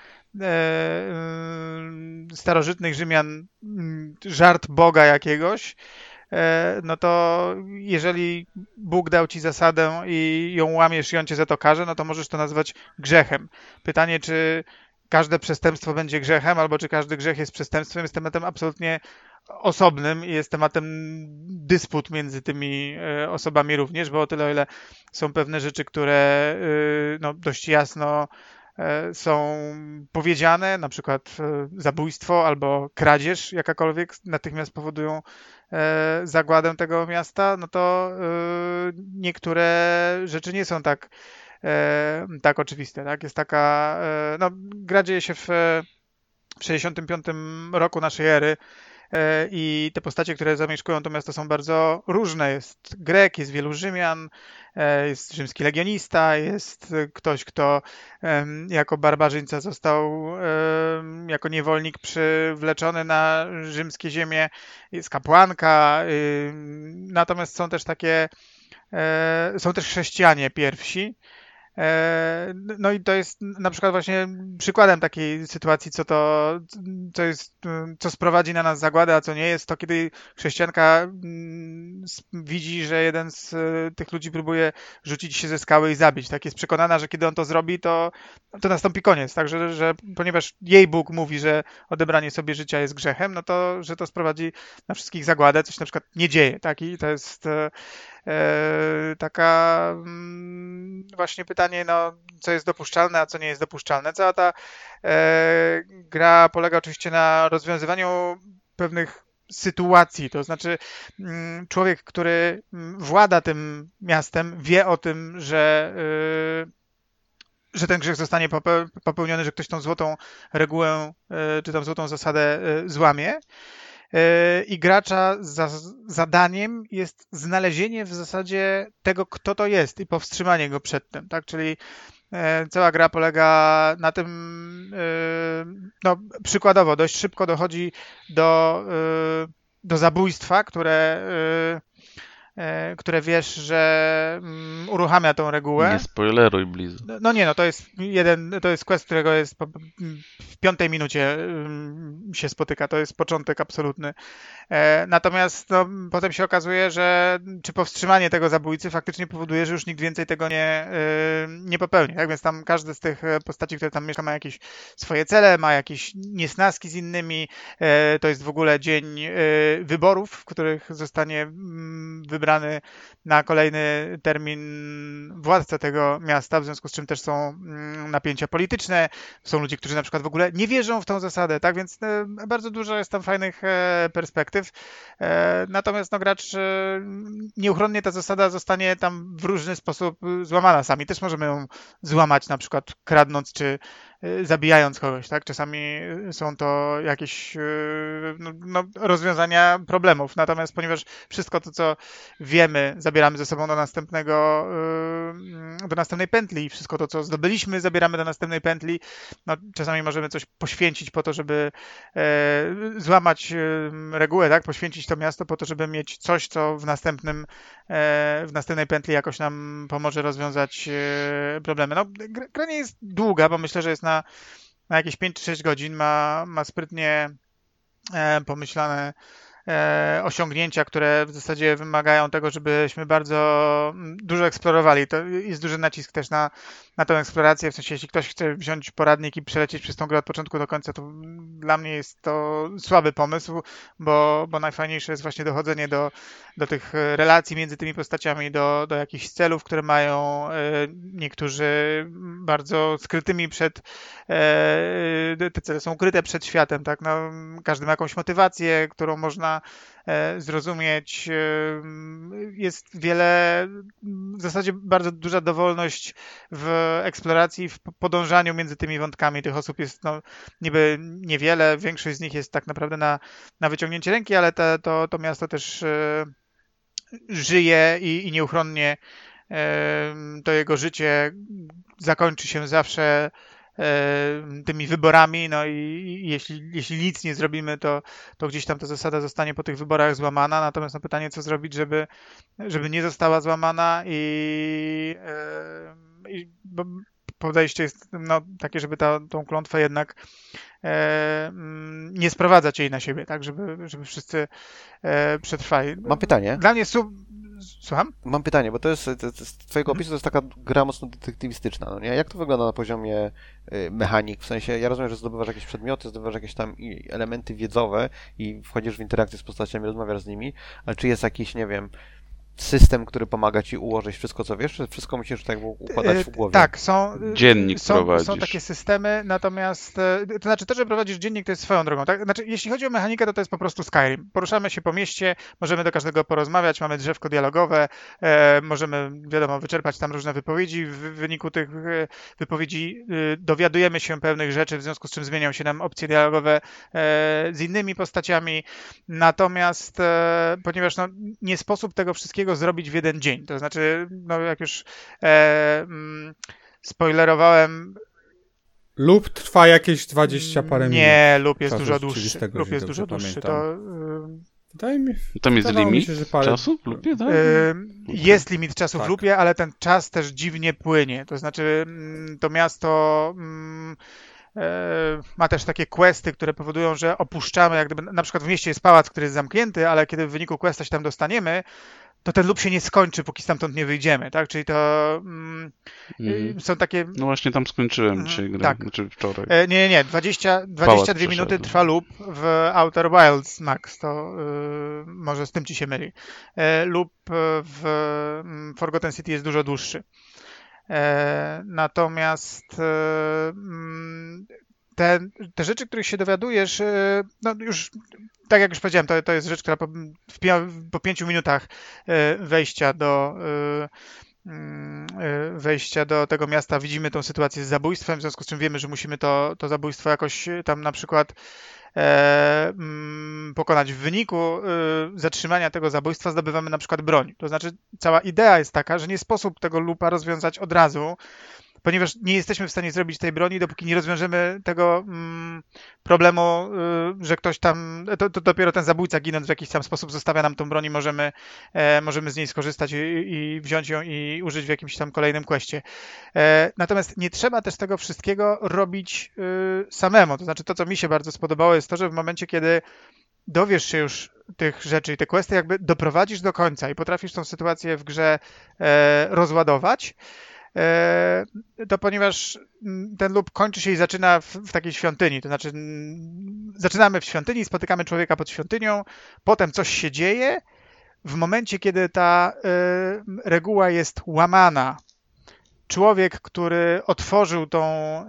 S4: starożytnych Rzymian żart Boga jakiegoś, no to jeżeli Bóg dał ci zasadę i ją łamiesz i on cię za to karze, no to możesz to nazwać grzechem. Pytanie, czy każde przestępstwo będzie grzechem, albo czy każdy grzech jest przestępstwem, jest tematem absolutnie osobnym i jest tematem dysput między tymi osobami również, bo o tyle, o ile są pewne rzeczy, które no, dość jasno są powiedziane, na przykład zabójstwo albo kradzież jakakolwiek natychmiast powodują zagładę tego miasta, no to niektóre rzeczy nie są tak, tak oczywiste. Tak? Jest taka, no, gra dzieje się w sześćdziesiątym piątym roku naszej ery i te postacie, które zamieszkują to miasto, są bardzo różne. Jest Grek, jest wielu Rzymian, jest rzymski legionista, jest ktoś, kto jako barbarzyńca został jako niewolnik przywleczony na rzymskie ziemie, jest kapłanka, natomiast są też takie, są też chrześcijanie pierwsi. No i to jest na przykład właśnie przykładem takiej sytuacji, co to, co jest, co sprowadzi na nas zagładę, a co nie jest, to kiedy chrześcijanka widzi, że jeden z tych ludzi próbuje rzucić się ze skały i zabić. Tak, jest przekonana, że kiedy on to zrobi, to, to nastąpi koniec. Także, że ponieważ jej Bóg mówi, że odebranie sobie życia jest grzechem, no to, że to sprowadzi na wszystkich zagładę, coś na przykład nie dzieje. Tak, i to jest E, taka mm, właśnie pytanie, no, co jest dopuszczalne, a co nie jest dopuszczalne. Cała ta e, gra polega oczywiście na rozwiązywaniu pewnych sytuacji, to znaczy mm, człowiek, który włada tym miastem, wie o tym, że y, że ten grzech zostanie popełniony, że ktoś tą złotą regułę y, czy tą złotą zasadę y, złamie. I gracza za, zadaniem jest znalezienie w zasadzie tego, kto to jest i powstrzymanie go przed tym, tak? Czyli e, cała gra polega na tym, e, no przykładowo dość szybko dochodzi do, e, do zabójstwa, które, e, które wiesz, że um, uruchamia tą regułę.
S2: Nie spoileruj, Blizu.
S4: No, no nie, no to jest jeden, to jest quest, którego jest po, w piątej minucie się spotyka, to jest początek absolutny. E, natomiast no, potem się okazuje, że czy powstrzymanie tego zabójcy faktycznie powoduje, że już nikt więcej tego nie, y, nie popełni. Tak więc tam każdy z tych postaci, które tam mieszka, ma jakieś swoje cele, ma jakieś niesnaski z innymi. E, to jest w ogóle dzień y, wyborów, w których zostanie mm, wybrany na kolejny termin władca tego miasta, w związku z czym też są mm, napięcia polityczne. Są ludzie, którzy na przykład w ogóle nie wierzą w tą zasadę, tak więc e, bardzo dużo jest tam fajnych e, perspektyw. Natomiast no, gracz nieuchronnie ta zasada zostanie tam w różny sposób złamana. Sami też możemy ją złamać, na przykład kradnąc czy zabijając kogoś, tak? Czasami są to jakieś no, no, rozwiązania problemów. Natomiast ponieważ wszystko to, co wiemy, zabieramy ze sobą do następnego, do następnej pętli i wszystko to, co zdobyliśmy, zabieramy do następnej pętli, no, czasami możemy coś poświęcić po to, żeby złamać regułę, tak? Poświęcić to miasto po to, żeby mieć coś, co w następnym, w następnej pętli jakoś nam pomoże rozwiązać problemy. No, gra nie jest długa, bo myślę, że jest na, na jakieś pięć czy sześć godzin, ma, ma sprytnie pomyślane e, osiągnięcia, które w zasadzie wymagają tego, żebyśmy bardzo dużo eksplorowali. To jest duży nacisk też na, na tę eksplorację, w sensie jeśli ktoś chce wziąć poradnik i przelecieć przez tą grę od początku do końca, to dla mnie jest to słaby pomysł, bo, bo najfajniejsze jest właśnie dochodzenie do, do tych relacji między tymi postaciami, do, do jakichś celów, które mają e, niektórzy bardzo skrytymi przed, e, te cele są ukryte przed światem, tak? No, każdy ma jakąś motywację, którą można e, zrozumieć. E, jest wiele, w zasadzie bardzo duża dowolność w eksploracji, w podążaniu między tymi wątkami. Tych osób jest no, niby niewiele, większość z nich jest tak naprawdę na, na wyciągnięcie ręki, ale te, to, to miasto też e, żyje i, i nieuchronnie e, to jego życie zakończy się zawsze tymi wyborami, no i jeśli, jeśli nic nie zrobimy, to, to gdzieś tam ta zasada zostanie po tych wyborach złamana, natomiast na pytanie, co zrobić, żeby, żeby nie została złamana i, i bo podejście jest no, takie, żeby ta, tą klątwę jednak e, nie sprowadzać jej na siebie, tak, żeby, żeby wszyscy e, przetrwali.
S1: Mam pytanie.
S4: Dla mnie sub... Słucham?
S1: Mam pytanie, bo to jest, to jest z twojego opisu to jest taka gra mocno detektywistyczna, no nie? Jak to wygląda na poziomie y, mechanik? W sensie, ja rozumiem, że zdobywasz jakieś przedmioty, zdobywasz jakieś tam elementy wiedzowe i wchodzisz w interakcję z postaciami, rozmawiasz z nimi, ale czy jest jakiś, nie wiem, system, który pomaga ci ułożyć wszystko, co wiesz, czy wszystko musisz tak układać w głowie?
S4: Tak, są,
S2: dziennik
S4: są,
S2: prowadzisz.
S4: są takie systemy, natomiast to znaczy to, że prowadzisz dziennik, to jest swoją drogą. Tak? Znaczy, jeśli chodzi o mechanikę, to to jest po prostu Skyrim. Poruszamy się po mieście, możemy do każdego porozmawiać, mamy drzewko dialogowe, e, możemy, wiadomo, wyczerpać tam różne wypowiedzi. W wyniku tych e, wypowiedzi e, dowiadujemy się pewnych rzeczy, w związku z czym zmieniają się nam opcje dialogowe e, z innymi postaciami. Natomiast, e, ponieważ no, nie sposób tego wszystkiego zrobić w jeden dzień. To znaczy, no jak już e, mm, spoilerowałem...
S3: Lub trwa jakieś dwadzieścia parę minut.
S4: Nie, lub jest
S3: Czasu
S4: dużo dłuższy.
S3: rzeczywistego,
S4: Lub
S3: jeżeli
S4: jest
S3: dobrze
S4: dużo dłuższy. To,
S3: pamiętam.
S4: y,
S3: Wydaje mi,
S2: Tam jest
S3: wydawało mi
S2: limit
S3: się, że parę...
S2: czasu w lupie, tak?
S4: y, jest limit czasu
S3: Tak.
S4: w lupie, ale ten czas też dziwnie płynie. To znaczy, mm, to miasto... Mm, ma też takie questy, które powodują, że opuszczamy, jak gdyby, na przykład w mieście jest pałac, który jest zamknięty, ale kiedy w wyniku questa się tam dostaniemy, to ten loop się nie skończy, póki stamtąd nie wyjdziemy, tak? Czyli to mm,
S2: Mhm.
S4: są takie...
S2: No właśnie tam skończyłem
S4: Mhm,
S2: dzisiaj grę,
S4: tak.
S2: znaczy wczoraj.
S4: E, nie, nie, nie, dwadzieścia, dwadzieścia dwie
S2: Pałac
S4: minuty
S2: przeszedłem.
S4: trwa loop w Outer Wilds Max, to y, może z tym ci się myli. E, loop w mm, Forgotten City jest dużo dłuższy. E, natomiast e, mm, te, te rzeczy, których się dowiadujesz, e, no już tak jak już powiedziałem, to, to jest rzecz, która po, w, pi- po pięciu minutach e, wejścia do e, mm, e, wejścia do tego miasta widzimy tą sytuację z zabójstwem, w związku z czym wiemy, że musimy to, to zabójstwo jakoś tam na przykład e, mm, pokonać. W wyniku e, zatrzymania tego zabójstwa zdobywamy na przykład broń. To znaczy cała idea jest taka, że nie sposób tego loopa rozwiązać od razu, ponieważ nie jesteśmy w stanie zrobić tej broni, dopóki nie rozwiążemy tego mm, problemu, y, że ktoś tam, to, to dopiero ten zabójca ginąc w jakiś tam sposób zostawia nam tą broń i możemy, e, możemy z niej skorzystać i, i wziąć ją i użyć w jakimś tam kolejnym questie. E, natomiast nie trzeba też tego wszystkiego robić y, samemu. To znaczy to, co mi się bardzo spodobało, jest to, że w momencie, kiedy dowiesz się już tych rzeczy i te questy jakby doprowadzisz do końca i potrafisz tą sytuację w grze e, rozładować, to ponieważ ten loop kończy się i zaczyna w, w takiej świątyni, to znaczy zaczynamy w świątyni, spotykamy człowieka pod świątynią, potem coś się dzieje, w momencie, kiedy ta y, reguła jest łamana, człowiek, który otworzył tą,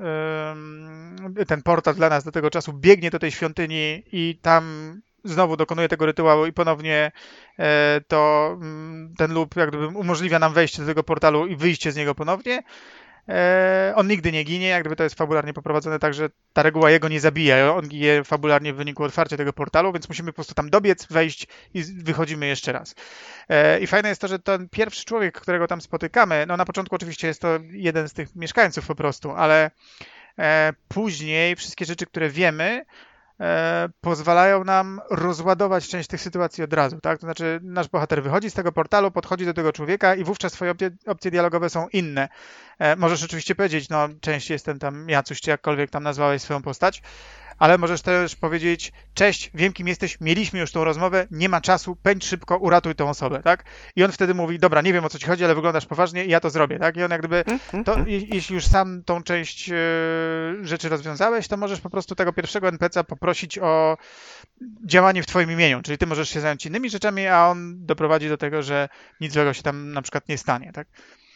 S4: y, ten portal dla nas do tego czasu, biegnie do tej świątyni i tam znowu dokonuje tego rytuału i ponownie e, to m, ten loop jak gdyby umożliwia nam wejście do tego portalu i wyjście z niego ponownie. E, on nigdy nie ginie, jak gdyby to jest fabularnie poprowadzone tak, że ta reguła jego nie zabija. On ginie fabularnie w wyniku otwarcia tego portalu, więc musimy po prostu tam dobiec, wejść i wychodzimy jeszcze raz. E, I fajne jest to, że ten pierwszy człowiek, którego tam spotykamy, no na początku oczywiście jest to jeden z tych mieszkańców po prostu, ale e, później wszystkie rzeczy, które wiemy, E, pozwalają nam rozładować część tych sytuacji od razu, tak? To znaczy nasz bohater wychodzi z tego portalu, podchodzi do tego człowieka i wówczas twoje opcje, opcje dialogowe są inne. E, możesz oczywiście powiedzieć, no część jestem tam Jacuś, czy jakkolwiek tam nazwałeś swoją postać, ale możesz też powiedzieć, cześć, wiem kim jesteś, mieliśmy już tą rozmowę, nie ma czasu, pędź szybko, uratuj tą osobę, tak? I on wtedy mówi, dobra, nie wiem o co ci chodzi, ale wyglądasz poważnie i ja to zrobię, tak? I on jak gdyby, to, je, jeśli już sam tą część e, rzeczy rozwiązałeś, to możesz po prostu tego pierwszego en pe ce a poprosić o działanie w twoim imieniu, czyli ty możesz się zająć innymi rzeczami, a on doprowadzi do tego, że nic złego się tam na przykład nie stanie, tak?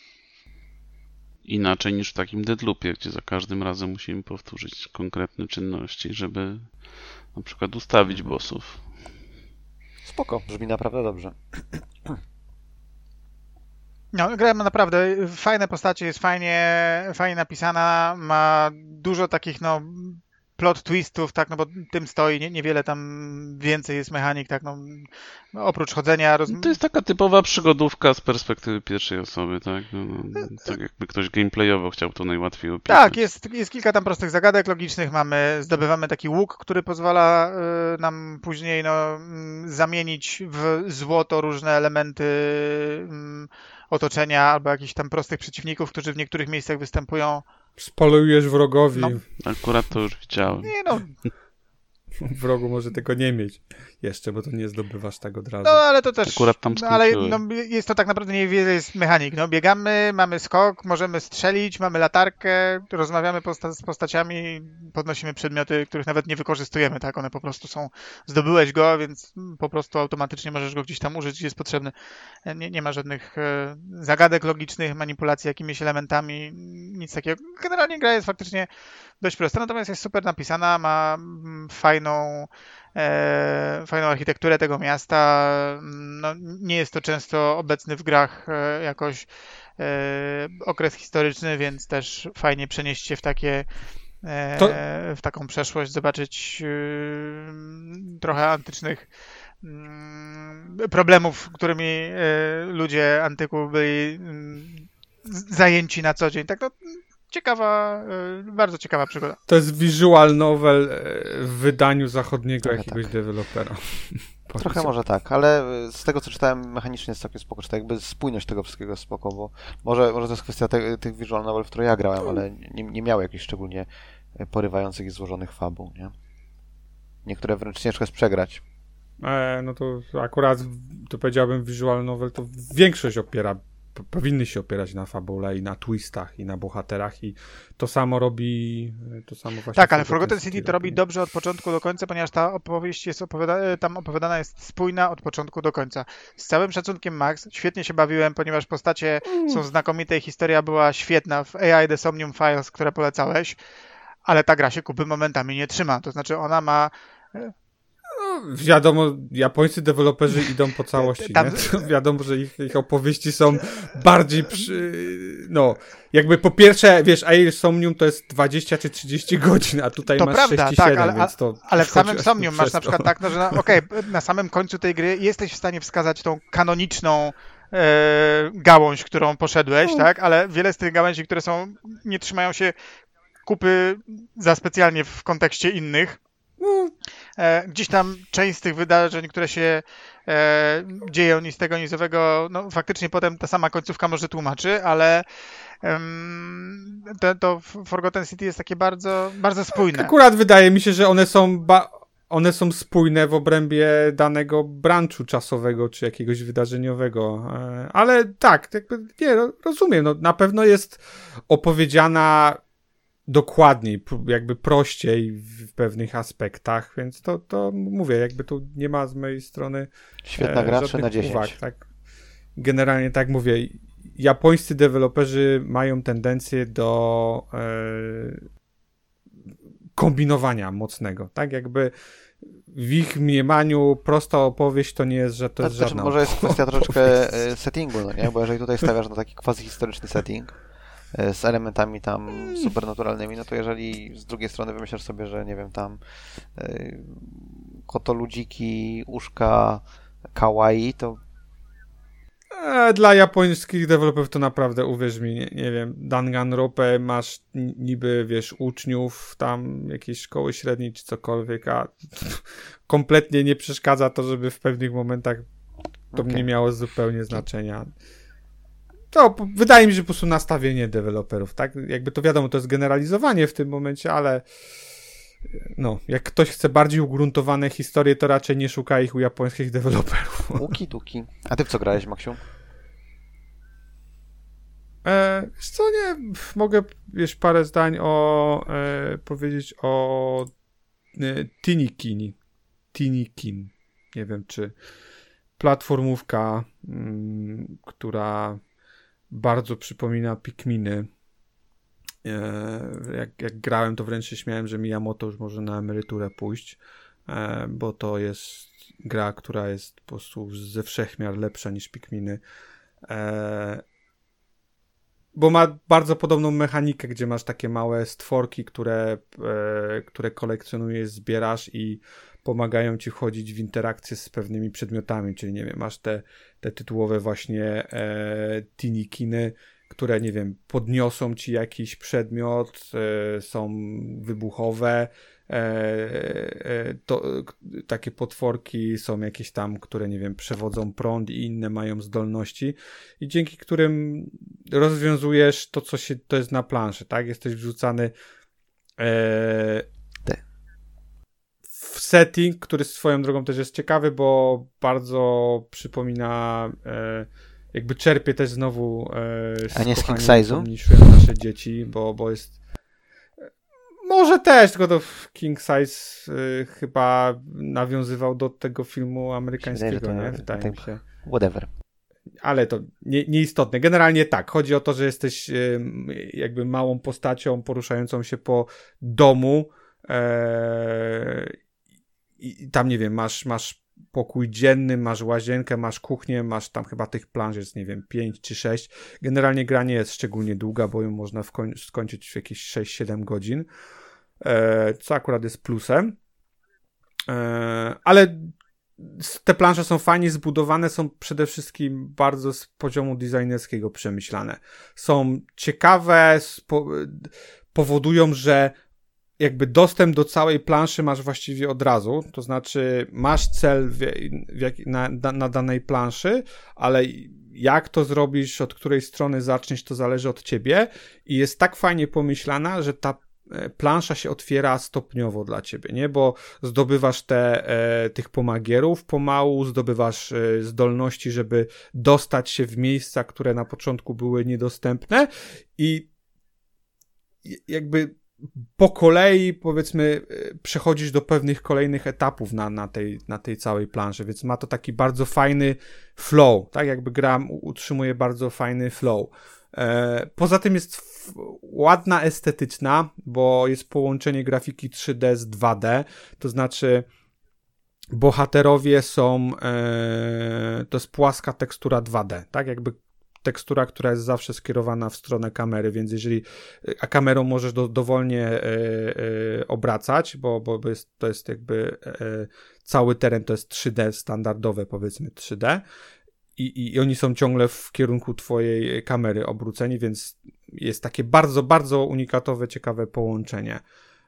S2: Inaczej niż w takim Deathloopie, gdzie za każdym razem musimy powtórzyć konkretne czynności, żeby na przykład ustawić bossów.
S1: Spoko, brzmi naprawdę dobrze.
S4: No, gra ma naprawdę fajne postacie, jest fajnie, fajnie napisana, ma dużo takich, no, plot twistów, tak, no bo tym stoi, nie, niewiele tam więcej jest mechanik, tak, no, oprócz chodzenia. Roz...
S2: To jest taka typowa przygodówka z perspektywy pierwszej osoby, tak? No, no, tak jakby ktoś gameplayowo chciał to najłatwiej opisać.
S4: Tak, jest, jest kilka tam prostych zagadek logicznych, mamy, zdobywamy taki łuk, który pozwala y, nam później, no, y, zamienić w złoto różne elementy y, otoczenia albo jakichś tam prostych przeciwników, którzy w niektórych miejscach występują.
S3: Spolujesz wrogowi.
S4: No.
S2: Akurat to już widziałem.
S4: Nie no.
S3: Wrogu może tego nie mieć jeszcze, bo to nie zdobywasz tak od razu.
S4: No ale to też.
S2: Akurat tam
S4: no, ale
S2: skończyłem.
S4: no, jest to tak naprawdę niewiele jest mechanik. No, biegamy, mamy skok, możemy strzelić, mamy latarkę, rozmawiamy posta- z postaciami, podnosimy przedmioty, których nawet nie wykorzystujemy, tak? One po prostu są, zdobyłeś go, więc po prostu automatycznie możesz go gdzieś tam użyć, gdzie jest potrzebny. Nie, nie ma żadnych e, zagadek logicznych, manipulacji jakimiś elementami, nic takiego. Generalnie gra jest faktycznie dość prosta, natomiast jest super napisana, ma mm, fajną E, fajną architekturę tego miasta. No, nie jest to często obecny w grach e, jakoś e, okres historyczny, więc też fajnie przenieść się w takie e,
S3: To...
S4: w taką przeszłość, zobaczyć e, trochę antycznych m, problemów, którymi e, ludzie antyku byli m, zajęci na co dzień. Tak, no, ciekawa, bardzo ciekawa przygoda.
S3: To jest visual novel w wydaniu zachodniego
S1: Trochę
S3: jakiegoś
S1: tak.
S3: dewelopera.
S1: Trochę może tak, ale z tego co czytałem mechanicznie jest całkiem spoko, czy tak jakby spójność tego wszystkiego jest spoko, bo może, może to jest kwestia te, tych visual novel, w które ja grałem, ale nie, nie miały jakichś szczególnie porywających i złożonych fabuł, nie? Niektóre wręcz ciężko jest przegrać.
S3: E, no to akurat, to powiedziałbym, visual novel to większość opiera, p- powinny się opierać na fabule i na twistach i na bohaterach i to samo robi, to samo właśnie...
S4: Tak, ale Forgotten City to robi dobrze od początku do końca, ponieważ ta opowieść jest opowiada- tam opowiadana jest spójna od początku do końca. Z całym szacunkiem, Max, świetnie się bawiłem, ponieważ postacie
S3: Mm.
S4: są znakomite i historia była świetna w A I The Somnium Files, które polecałeś, ale ta gra się kupy momentami nie trzyma, to znaczy ona ma...
S3: No, wiadomo, japońscy deweloperzy idą po całości,
S4: Tam-
S3: nie? To wiadomo, że ich, ich opowieści są bardziej przy... No, jakby po pierwsze, wiesz, Air Somnium to jest dwadzieścia czy trzydzieści godzin, a tutaj
S4: To
S3: masz
S4: prawda,
S3: sześć i
S4: tak,
S3: siedem,
S4: ale-
S3: więc to...
S4: Ale w samym
S3: przechodzi
S4: Somnium masz
S3: przez
S4: na
S3: to.
S4: przykład tak, no, że na, okej, na samym końcu tej gry jesteś w stanie wskazać tą kanoniczną e, gałąź, którą poszedłeś, tak? Ale wiele z tych gałęzi, które są, nie trzymają się kupy za specjalnie w kontekście innych. E, gdzieś tam część z tych wydarzeń, które się e, dzieją ni z tego, ni z owego, no faktycznie potem ta sama końcówka może tłumaczy, ale em, to, to Forgotten City jest takie bardzo, bardzo spójne.
S3: Akurat wydaje mi się, że one są ba- one są spójne w obrębie danego branchu czasowego czy jakiegoś wydarzeniowego. E, Ale tak, jakby, nie, no, rozumiem, no, na pewno jest opowiedziana dokładniej, p- jakby prościej w pewnych aspektach, więc to, to mówię, jakby tu nie ma z mojej strony
S1: Świetna
S3: e,
S1: gra, trzy
S3: żadnych
S1: na dziesięć.
S3: uwag, tak. Generalnie tak mówię, japońscy deweloperzy mają tendencję do e, kombinowania mocnego, tak jakby w ich mniemaniu prosta opowieść to nie jest, że to jest
S1: Znaczy,
S3: żadna
S1: może jest kwestia
S3: opowieść.
S1: troszeczkę e, settingu, no nie? Bo jeżeli tutaj stawiasz na taki quasi-historyczny setting e, z elementami tam supernaturalnymi, no to jeżeli z drugiej strony wymyślasz sobie, że nie wiem, tam e, kotoludziki, uszka, kawaii, to
S3: E, Dla japońskich deweloperów to naprawdę, uwierz mi, nie, nie wiem, Danganronpa masz n- niby, wiesz, uczniów tam jakiejś szkoły średniej czy cokolwiek, a kompletnie nie przeszkadza to, żeby w pewnych momentach to
S1: Okej.
S3: nie miało zupełnie znaczenia. To po- wydaje mi się, że po prostu nastawienie deweloperów, tak? Jakby to wiadomo, to jest generalizowanie w tym momencie, ale no, jak ktoś chce bardziej ugruntowane historie, to raczej nie szuka ich u japońskich deweloperów.
S1: Łuki, duki. A ty w co grałeś, Maksiu?
S3: E, co nie, mogę wiesz, parę zdań o e, powiedzieć o e, Tinikini. Tinikin. Nie wiem, czy platformówka, m, która bardzo przypomina Pikminy. E, jak, jak grałem, to wręcz się śmiałem, że Miyamoto już może na emeryturę pójść, e, bo to jest gra, która jest po prostu ze wszechmiar lepsza niż Pikminy. E, Bo ma bardzo podobną mechanikę, gdzie masz takie małe stworki, które, e, które kolekcjonujesz, zbierasz i pomagają ci wchodzić w interakcję z pewnymi przedmiotami, czyli nie wiem, masz te, te tytułowe właśnie e, tinikiny, które nie wiem, podniosą ci jakiś przedmiot, e, są wybuchowe, e, e, to, takie potworki są jakieś tam, które nie wiem, przewodzą prąd i inne mają zdolności i dzięki którym rozwiązujesz to, co się, to jest na planszy, tak? Jesteś wrzucany e, w setting, który swoją drogą też jest ciekawy, bo bardzo przypomina e, jakby czerpie też znowu e, z
S1: A nie z
S3: kochania,
S1: King Size'u?
S3: pomniejszyłem nasze dzieci, bo, bo jest może też, tylko to King Size y, chyba nawiązywał do tego filmu amerykańskiego,
S1: Wydaje,
S3: nie?
S1: to,
S3: Wydaje
S1: tak,
S3: mi się.
S1: Whatever.
S3: Ale to nie, nieistotne. Generalnie tak, chodzi o to, że jesteś y, jakby małą postacią poruszającą się po domu e, i tam, nie wiem, masz, masz pokój dzienny, masz łazienkę, masz kuchnię, masz tam chyba tych planż jest, nie wiem, pięć czy sześć. Generalnie gra nie jest szczególnie długa, bo ją można wkoń- skończyć w jakieś sześć siedem godzin, e, co akurat jest plusem. E, ale te plansze są fajnie zbudowane, są przede wszystkim bardzo z poziomu designerskiego przemyślane. Są ciekawe, spo- powodują, że jakby dostęp do całej planszy masz właściwie od razu, to znaczy masz cel w, w jak, na, na danej planszy, ale jak to zrobisz, od której strony zaczniesz, to zależy od ciebie i jest tak fajnie pomyślana, że ta plansza się otwiera stopniowo dla ciebie, nie? Bo zdobywasz te, e, tych pomagierów pomału, zdobywasz e, zdolności, żeby dostać się w miejsca, które na początku były niedostępne i jakby po kolei, powiedzmy, przechodzisz do pewnych kolejnych etapów na, na, tej, na tej całej planszy, więc ma to taki bardzo fajny flow, tak jakby gra utrzymuje bardzo fajny flow. E, poza tym jest f- ładna, estetyczna, bo jest połączenie grafiki trzy D z dwa D, to znaczy bohaterowie są, e, to jest płaska tekstura dwa D, tak jakby tekstura, która jest zawsze skierowana w stronę kamery, więc jeżeli, a kamerą możesz do, dowolnie e, e, obracać, bo, bo jest, to jest jakby e, cały teren to jest trzy D standardowe, powiedzmy trzy D i, i oni są ciągle w kierunku twojej kamery obróceni, więc jest takie bardzo, bardzo unikatowe, ciekawe połączenie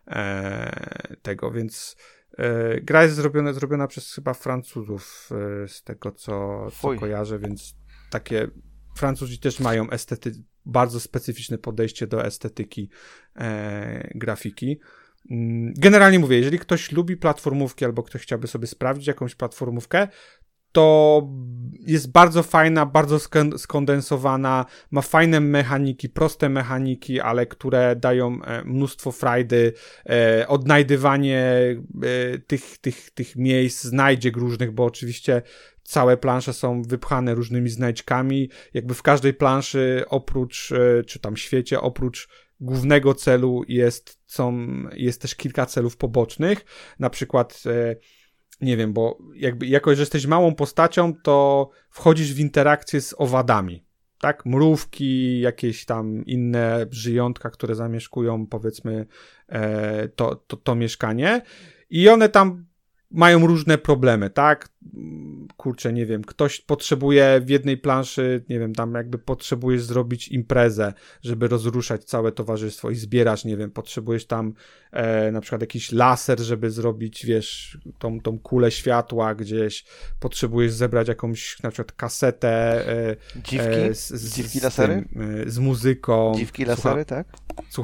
S3: e, tego, więc e, gra jest zrobiona, zrobiona przez chyba Francuzów e, z tego, co, co kojarzę, więc takie Francuzi też mają estety, bardzo specyficzne podejście do estetyki e, grafiki. Generalnie mówię, jeżeli ktoś lubi platformówki albo ktoś chciałby sobie sprawdzić jakąś platformówkę, to jest bardzo fajna, bardzo skondensowana, ma fajne mechaniki, proste mechaniki, ale które dają mnóstwo frajdy, e, odnajdywanie e, tych, tych, tych miejsc, znajdziek różnych, bo oczywiście całe plansze są wypchane różnymi znajdźkami, jakby w każdej planszy oprócz, e, czy tam świecie, oprócz głównego celu jest, są, jest też kilka celów pobocznych, na przykład e, nie wiem, bo jakby jako, że jesteś małą postacią, to wchodzisz w interakcję z owadami, tak? Mrówki, jakieś tam inne żyjątka, które zamieszkują, powiedzmy, e, to, to, to mieszkanie i one tam mają różne problemy, tak? Kurczę, nie wiem, ktoś potrzebuje w jednej planszy, nie wiem, tam jakby potrzebujesz zrobić imprezę, żeby rozruszać całe towarzystwo i zbierasz, nie wiem, potrzebujesz tam e, na przykład jakiś laser, żeby zrobić, wiesz, tą, tą kulę światła gdzieś, potrzebujesz zebrać jakąś na przykład kasetę e,
S1: Dziwki?
S3: E, z, z,
S1: Dziwki
S3: z
S1: lasery?
S3: Tym, e, z muzyką.
S1: Dziwki lasery, tak?
S3: Słucham?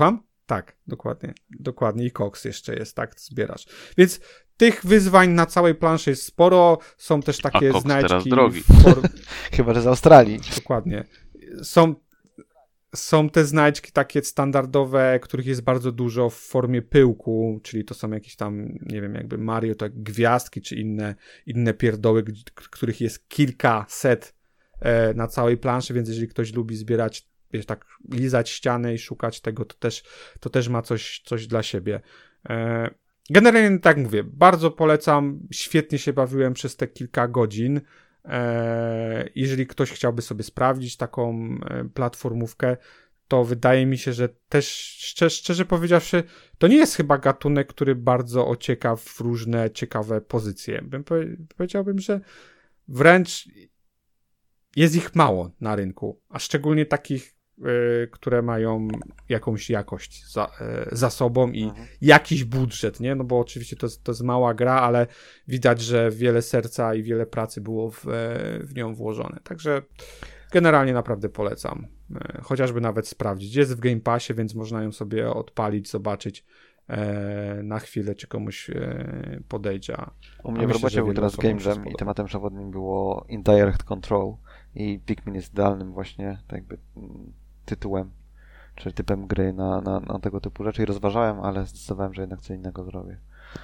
S3: Tak, dokładnie. Dokładnie. I koks jeszcze jest, tak? Zbierasz. Więc tych wyzwań na całej planszy jest sporo. Są też takie
S2: A koks
S3: znajdźki.
S2: teraz drogi.
S3: For...
S1: Chyba, że z Australii.
S3: Dokładnie. Są, są te znajdźki takie standardowe, których jest bardzo dużo w formie pyłku, czyli to są jakieś tam, nie wiem, jakby Mario, tak gwiazdki, czy inne, inne pierdoły, których jest kilkaset e, na całej planszy, więc jeżeli ktoś lubi zbierać, wiesz, tak lizać ściany i szukać tego, to też, to też ma coś, coś dla siebie. E, generalnie tak mówię, bardzo polecam, świetnie się bawiłem przez te kilka godzin. E, jeżeli ktoś chciałby sobie sprawdzić taką e, platformówkę, to wydaje mi się, że też szczerze, szczerze powiedziawszy, to nie jest chyba gatunek, który bardzo ocieka w różne ciekawe pozycje. Bym powie- powiedziałbym, że wręcz jest ich mało na rynku, a szczególnie takich, y, które mają jakąś jakość za, y, za sobą i
S1: Mhm.
S3: jakiś budżet, nie? No bo oczywiście to, jest- to jest mała gra, ale widać, że wiele serca i wiele pracy było w, e, w nią włożone. Także generalnie naprawdę polecam. E, Chociażby nawet sprawdzić. Jest w Game Passie, więc można ją sobie odpalić, zobaczyć e, na chwilę, czy komuś e, podejdzie. A
S1: U mnie w
S3: myślę, że
S1: robocie był
S3: wielu
S1: teraz
S3: osobom
S1: Game
S3: się
S1: Jam i
S3: spodoba.
S1: tematem przewodnim było Indirect Control i Pikmin jest idealnym właśnie tak jakby mm, tytułem, czy typem gry na, na, na tego typu rzeczy i rozważałem, ale zdecydowałem, że jednak co innego zrobię.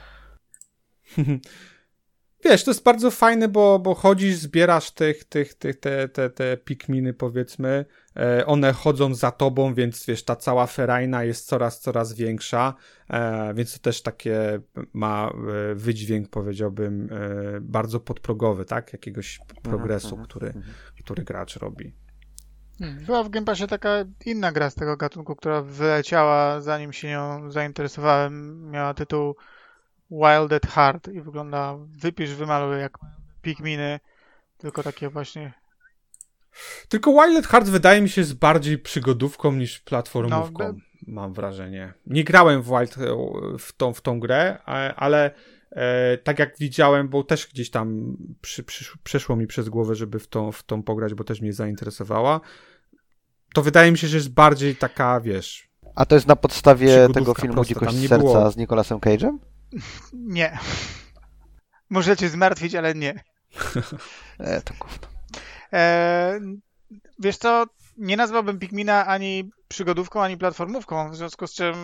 S3: Wiesz, to jest bardzo fajne, bo, bo chodzisz, zbierasz tych, tych, tych, te, te, te pikminy, powiedzmy, e, one chodzą za tobą, więc wiesz, ta cała ferajna jest coraz, coraz większa, e, więc to też takie ma e, wydźwięk, powiedziałbym, e, bardzo podprogowy, tak? Jakiegoś progresu,
S1: Mhm,
S3: który,
S1: mhm.
S3: który gracz robi.
S4: Hmm, Była w Game Passie taka inna gra z tego gatunku, która wyleciała zanim się nią zainteresowałem. Miała tytuł Wild at Heart i wygląda, wypisz, wymaluj jak Pikminy, tylko takie właśnie.
S3: Tylko Wild at Heart wydaje mi się jest bardziej przygodówką niż platformówką,
S4: No,
S3: mam wrażenie. Nie grałem w Wild w tą, w tą grę, a- ale e, tak jak widziałem, bo też gdzieś tam przy, przy, przeszło mi przez głowę, żeby w tą, w tą pograć, bo też mnie zainteresowała, to wydaje mi się, że jest bardziej taka, wiesz...
S1: A to jest na podstawie
S3: Przygodówka
S1: tego filmu
S3: prosta,
S1: Dzikość
S3: tam nie
S1: Serca
S3: było-
S1: z Nicolasem Cage'em?
S4: Nie. Może cię zmartwić, ale nie.
S1: E, to gówno.
S4: E, wiesz co, nie nazwałbym Pikmina ani przygodówką, ani platformówką, w związku z czym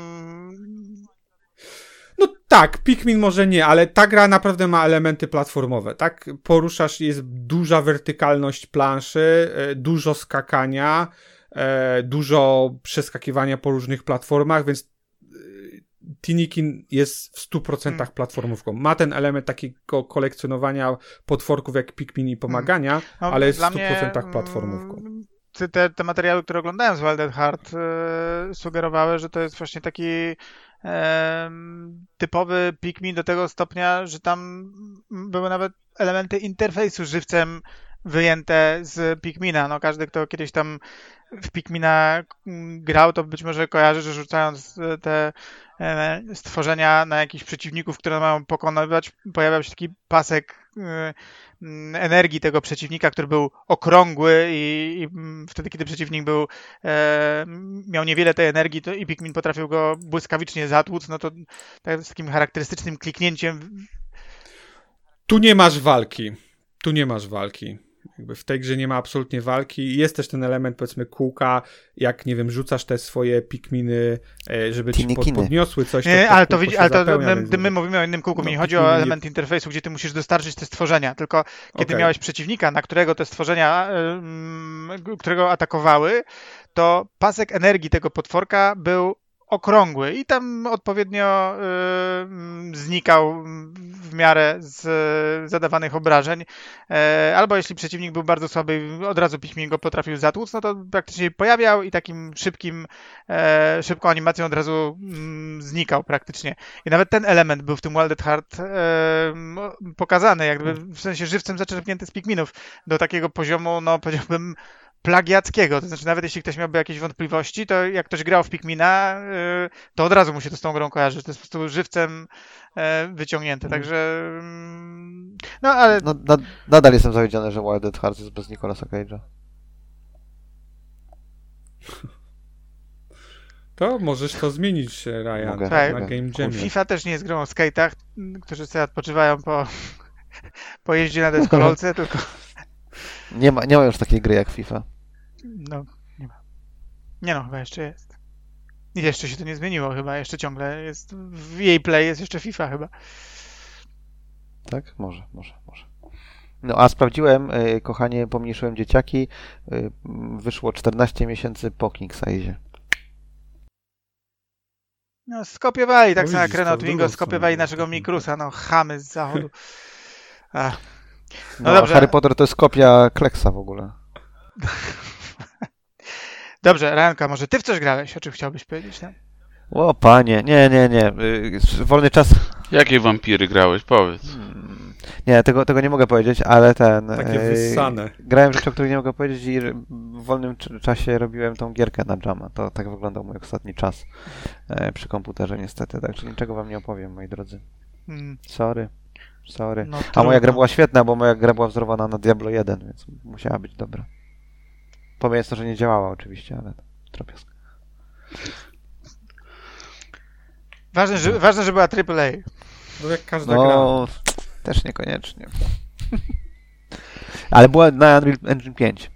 S3: No tak, Pikmin może nie, ale ta gra naprawdę ma elementy platformowe, tak? Poruszasz, jest duża wertykalność planszy, e, dużo skakania, e, dużo przeskakiwania po różnych platformach, więc e, Tinikin jest w stu procentach platformówką. Ma ten element takiego kolekcjonowania potworków jak Pikmin i pomagania,
S4: no,
S3: ale jest w
S4: dla
S3: stu
S4: mnie,
S3: procentach platformówką.
S4: mm, Te, te materiały, które oglądałem z Wild at Heart, e, sugerowały, że to jest właśnie taki e, typowy Pikmin do tego stopnia, że tam były nawet elementy interfejsu żywcem wyjęte z Pikmina. No, każdy, kto kiedyś tam w Pikmina mm, grał, to być może kojarzy, że rzucając te e, stworzenia na jakichś przeciwników, które mają pokonywać, pojawiał się taki pasek e, mm, energii tego przeciwnika, który był okrągły i, i mm, wtedy, kiedy przeciwnik był e, miał niewiele tej energii, to i Pikmin potrafił go błyskawicznie zatłuc, no to tak, z takim charakterystycznym kliknięciem.
S3: Tu nie masz walki. Tu nie masz walki. Jakby w tej grze nie ma absolutnie walki. Jest też ten element, powiedzmy, kółka, jak, nie wiem, rzucasz te swoje pikminy, e, żeby ci pod,
S1: Tinikiny.
S3: podniosły coś.
S4: Nie,
S3: to
S4: ale to,
S3: kółko
S4: widzi,
S3: się
S4: ale to
S3: zapełnia,
S4: my,
S3: więc
S4: my mówimy o innym kółku. Mi
S3: No,
S4: nie chodzi
S3: Pikminy
S4: o
S3: nie-
S4: element interfejsu, gdzie ty musisz dostarczyć te stworzenia, tylko kiedy
S3: Okej.
S4: miałeś przeciwnika, na którego te stworzenia, ym, którego atakowały, to pasek energii tego potworka był okrągły i tam odpowiednio ym, znikał w miarę z zadawanych obrażeń. E, albo jeśli przeciwnik był bardzo słaby i od razu Pikmin go potrafił zatłuc, no to praktycznie pojawiał i takim szybkim, e, szybką animacją od razu mm, znikał praktycznie. I nawet ten element był w tym Wild at Heart e, m, pokazany, jakby w sensie żywcem zaczerpnięty z Pikminów do takiego poziomu, no powiedziałbym, plagiackiego. To znaczy, nawet jeśli ktoś miałby jakieś wątpliwości, to jak ktoś grał w Pikmina, y, to od razu mu się to z tą grą kojarzy. To jest po prostu żywcem e, wyciągnięte. Także mm, no ale
S1: No, nad, nadal jestem zawiedziony, że Wild at Heart jest bez Nicolasa Cage'a.
S3: To możesz to zmienić, Ryan,
S1: Mogę,
S3: na
S1: mogę.
S3: Game Jamie.
S4: FIFA też nie jest grą o skate'ach, którzy sobie odpoczywają po, po jeździe na deskorolce, tylko
S1: Nie ma, nie ma już takiej gry jak FIFA.
S4: no, nie ma. Nie no, chyba jeszcze jest. I jeszcze się to nie zmieniło chyba, jeszcze ciągle jest, w jej play jest jeszcze FIFA chyba.
S1: Tak? Może, może, może. No a sprawdziłem, y, kochanie, pomniejszyłem dzieciaki, y, wyszło czternaście miesięcy po King Size.
S4: No, skopiowali, tak
S3: No
S4: samo jak
S3: widzisz, to
S4: Renault
S3: w
S4: Twingo
S3: drugą
S4: skopiowali
S3: stronę.
S4: naszego Mikrusa, no chamy z zachodu. A,
S1: No,
S4: dobrze.
S1: Harry Potter to jest kopia Kleksa w ogóle.
S4: dobrze, Ryanka, może ty w coś grałeś, o czym chciałbyś powiedzieć, nie?
S1: O panie, nie, nie, nie. y, Wolny czas.
S2: Jakie wampiry grałeś? Powiedz.
S1: Hmm, Nie, tego, tego nie mogę powiedzieć, ale ten.
S3: Takie
S1: y,
S3: wyssane.
S1: Grałem rzeczy, o których nie mogę powiedzieć i r- w wolnym cz- czasie robiłem tą gierkę na Jama. To tak wyglądał mój ostatni czas e, przy komputerze niestety, także niczego wam nie opowiem, moi drodzy.
S4: Mm,
S1: Sorry, sorry.
S4: no,
S1: A moja
S4: trudno.
S1: gra była świetna, bo moja gra była wzorowana na Diablo jeden, więc musiała być dobra. Pomijając to, że nie działała oczywiście, ale drobiazg.
S4: Ważne, że, ważne, że była triple A.
S3: No jak każda gra.
S1: No, też niekoniecznie. Ale była na Unreal Engine pięć.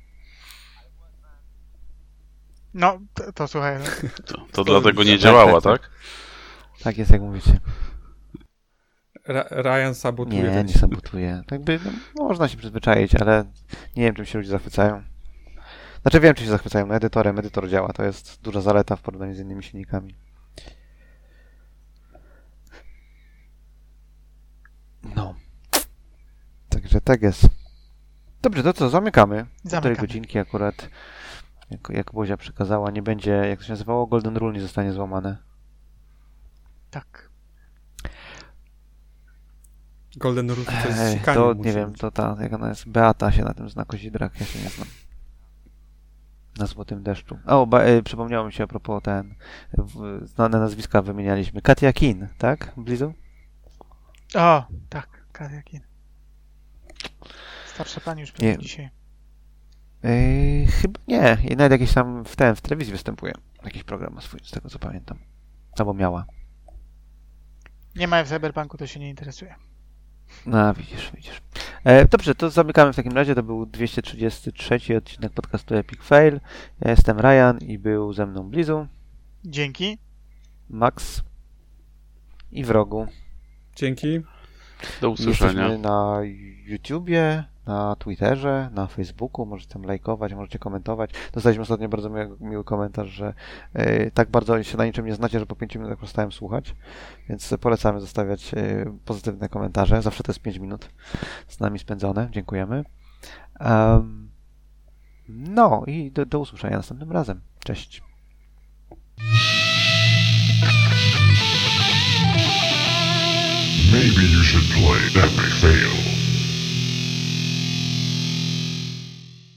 S4: No, to, to słuchaj. No.
S2: To, to dlatego nie działała, tak?
S1: Tak jest, jak mówicie.
S3: Ra- Ryan sabotuje
S1: Nie,
S3: ten
S1: nie
S3: silnik.
S1: sabotuje. Jakby, no, można się przyzwyczaić, ale nie wiem, czym się ludzie zachwycają. Znaczy wiem, czy się zachwycają. No, edytorem, edytor działa. To jest duża zaleta w porównaniu z innymi silnikami. No. Także tak jest. Dobrze, to co, zamykamy. Półtorej
S4: Zamykamy.
S1: godzinki akurat, jak, jak Bozia przekazała, nie będzie, jak to się nazywało, Golden Rule nie zostanie złamane.
S4: Tak.
S3: Golden Rule to jest
S1: Ej,
S3: sikanie.
S1: to
S3: musi
S1: nie wiem,
S3: być.
S1: to ta, jak ona jest, Beata się na tym zna kozidrak, ja się nie znam. Na Złotym Deszczu. O, ba, y, przypomniało mi się a propos ten, w, znane nazwiska wymienialiśmy. Katia Kin, tak? Blizu?
S4: O, tak, Kadiakin. Starsza pani już pewnie
S1: Nie.
S4: dzisiaj.
S1: Yy, chyba nie. I nawet jakiś tam w ten, w telewizji występuje. Jakiś program ma swój, z tego co pamiętam. Albo miała.
S4: Nie ma w Cyberpunku, to się nie interesuje.
S1: No, widzisz, widzisz. E, dobrze, to zamykamy w takim razie. To był dwieście trzydziesty trzeci odcinek podcastu Epic Fail. Ja jestem Ryan i był ze mną Blizu,
S4: Dzięki.
S1: Max i Wrogu.
S3: Dzięki.
S2: Do usłyszenia.
S1: Jesteśmy na YouTubie, na Twitterze, na Facebooku. Możecie tam lajkować, możecie komentować. Dostaliśmy ostatnio bardzo miły, miły komentarz, że e, tak bardzo się na niczym nie znacie, że po pięciu minutach przestałem słuchać. Więc polecamy zostawiać e, pozytywne komentarze. Zawsze to jest pięć minut z nami spędzone. Dziękujemy. Um, no i do, do usłyszenia następnym razem. Cześć.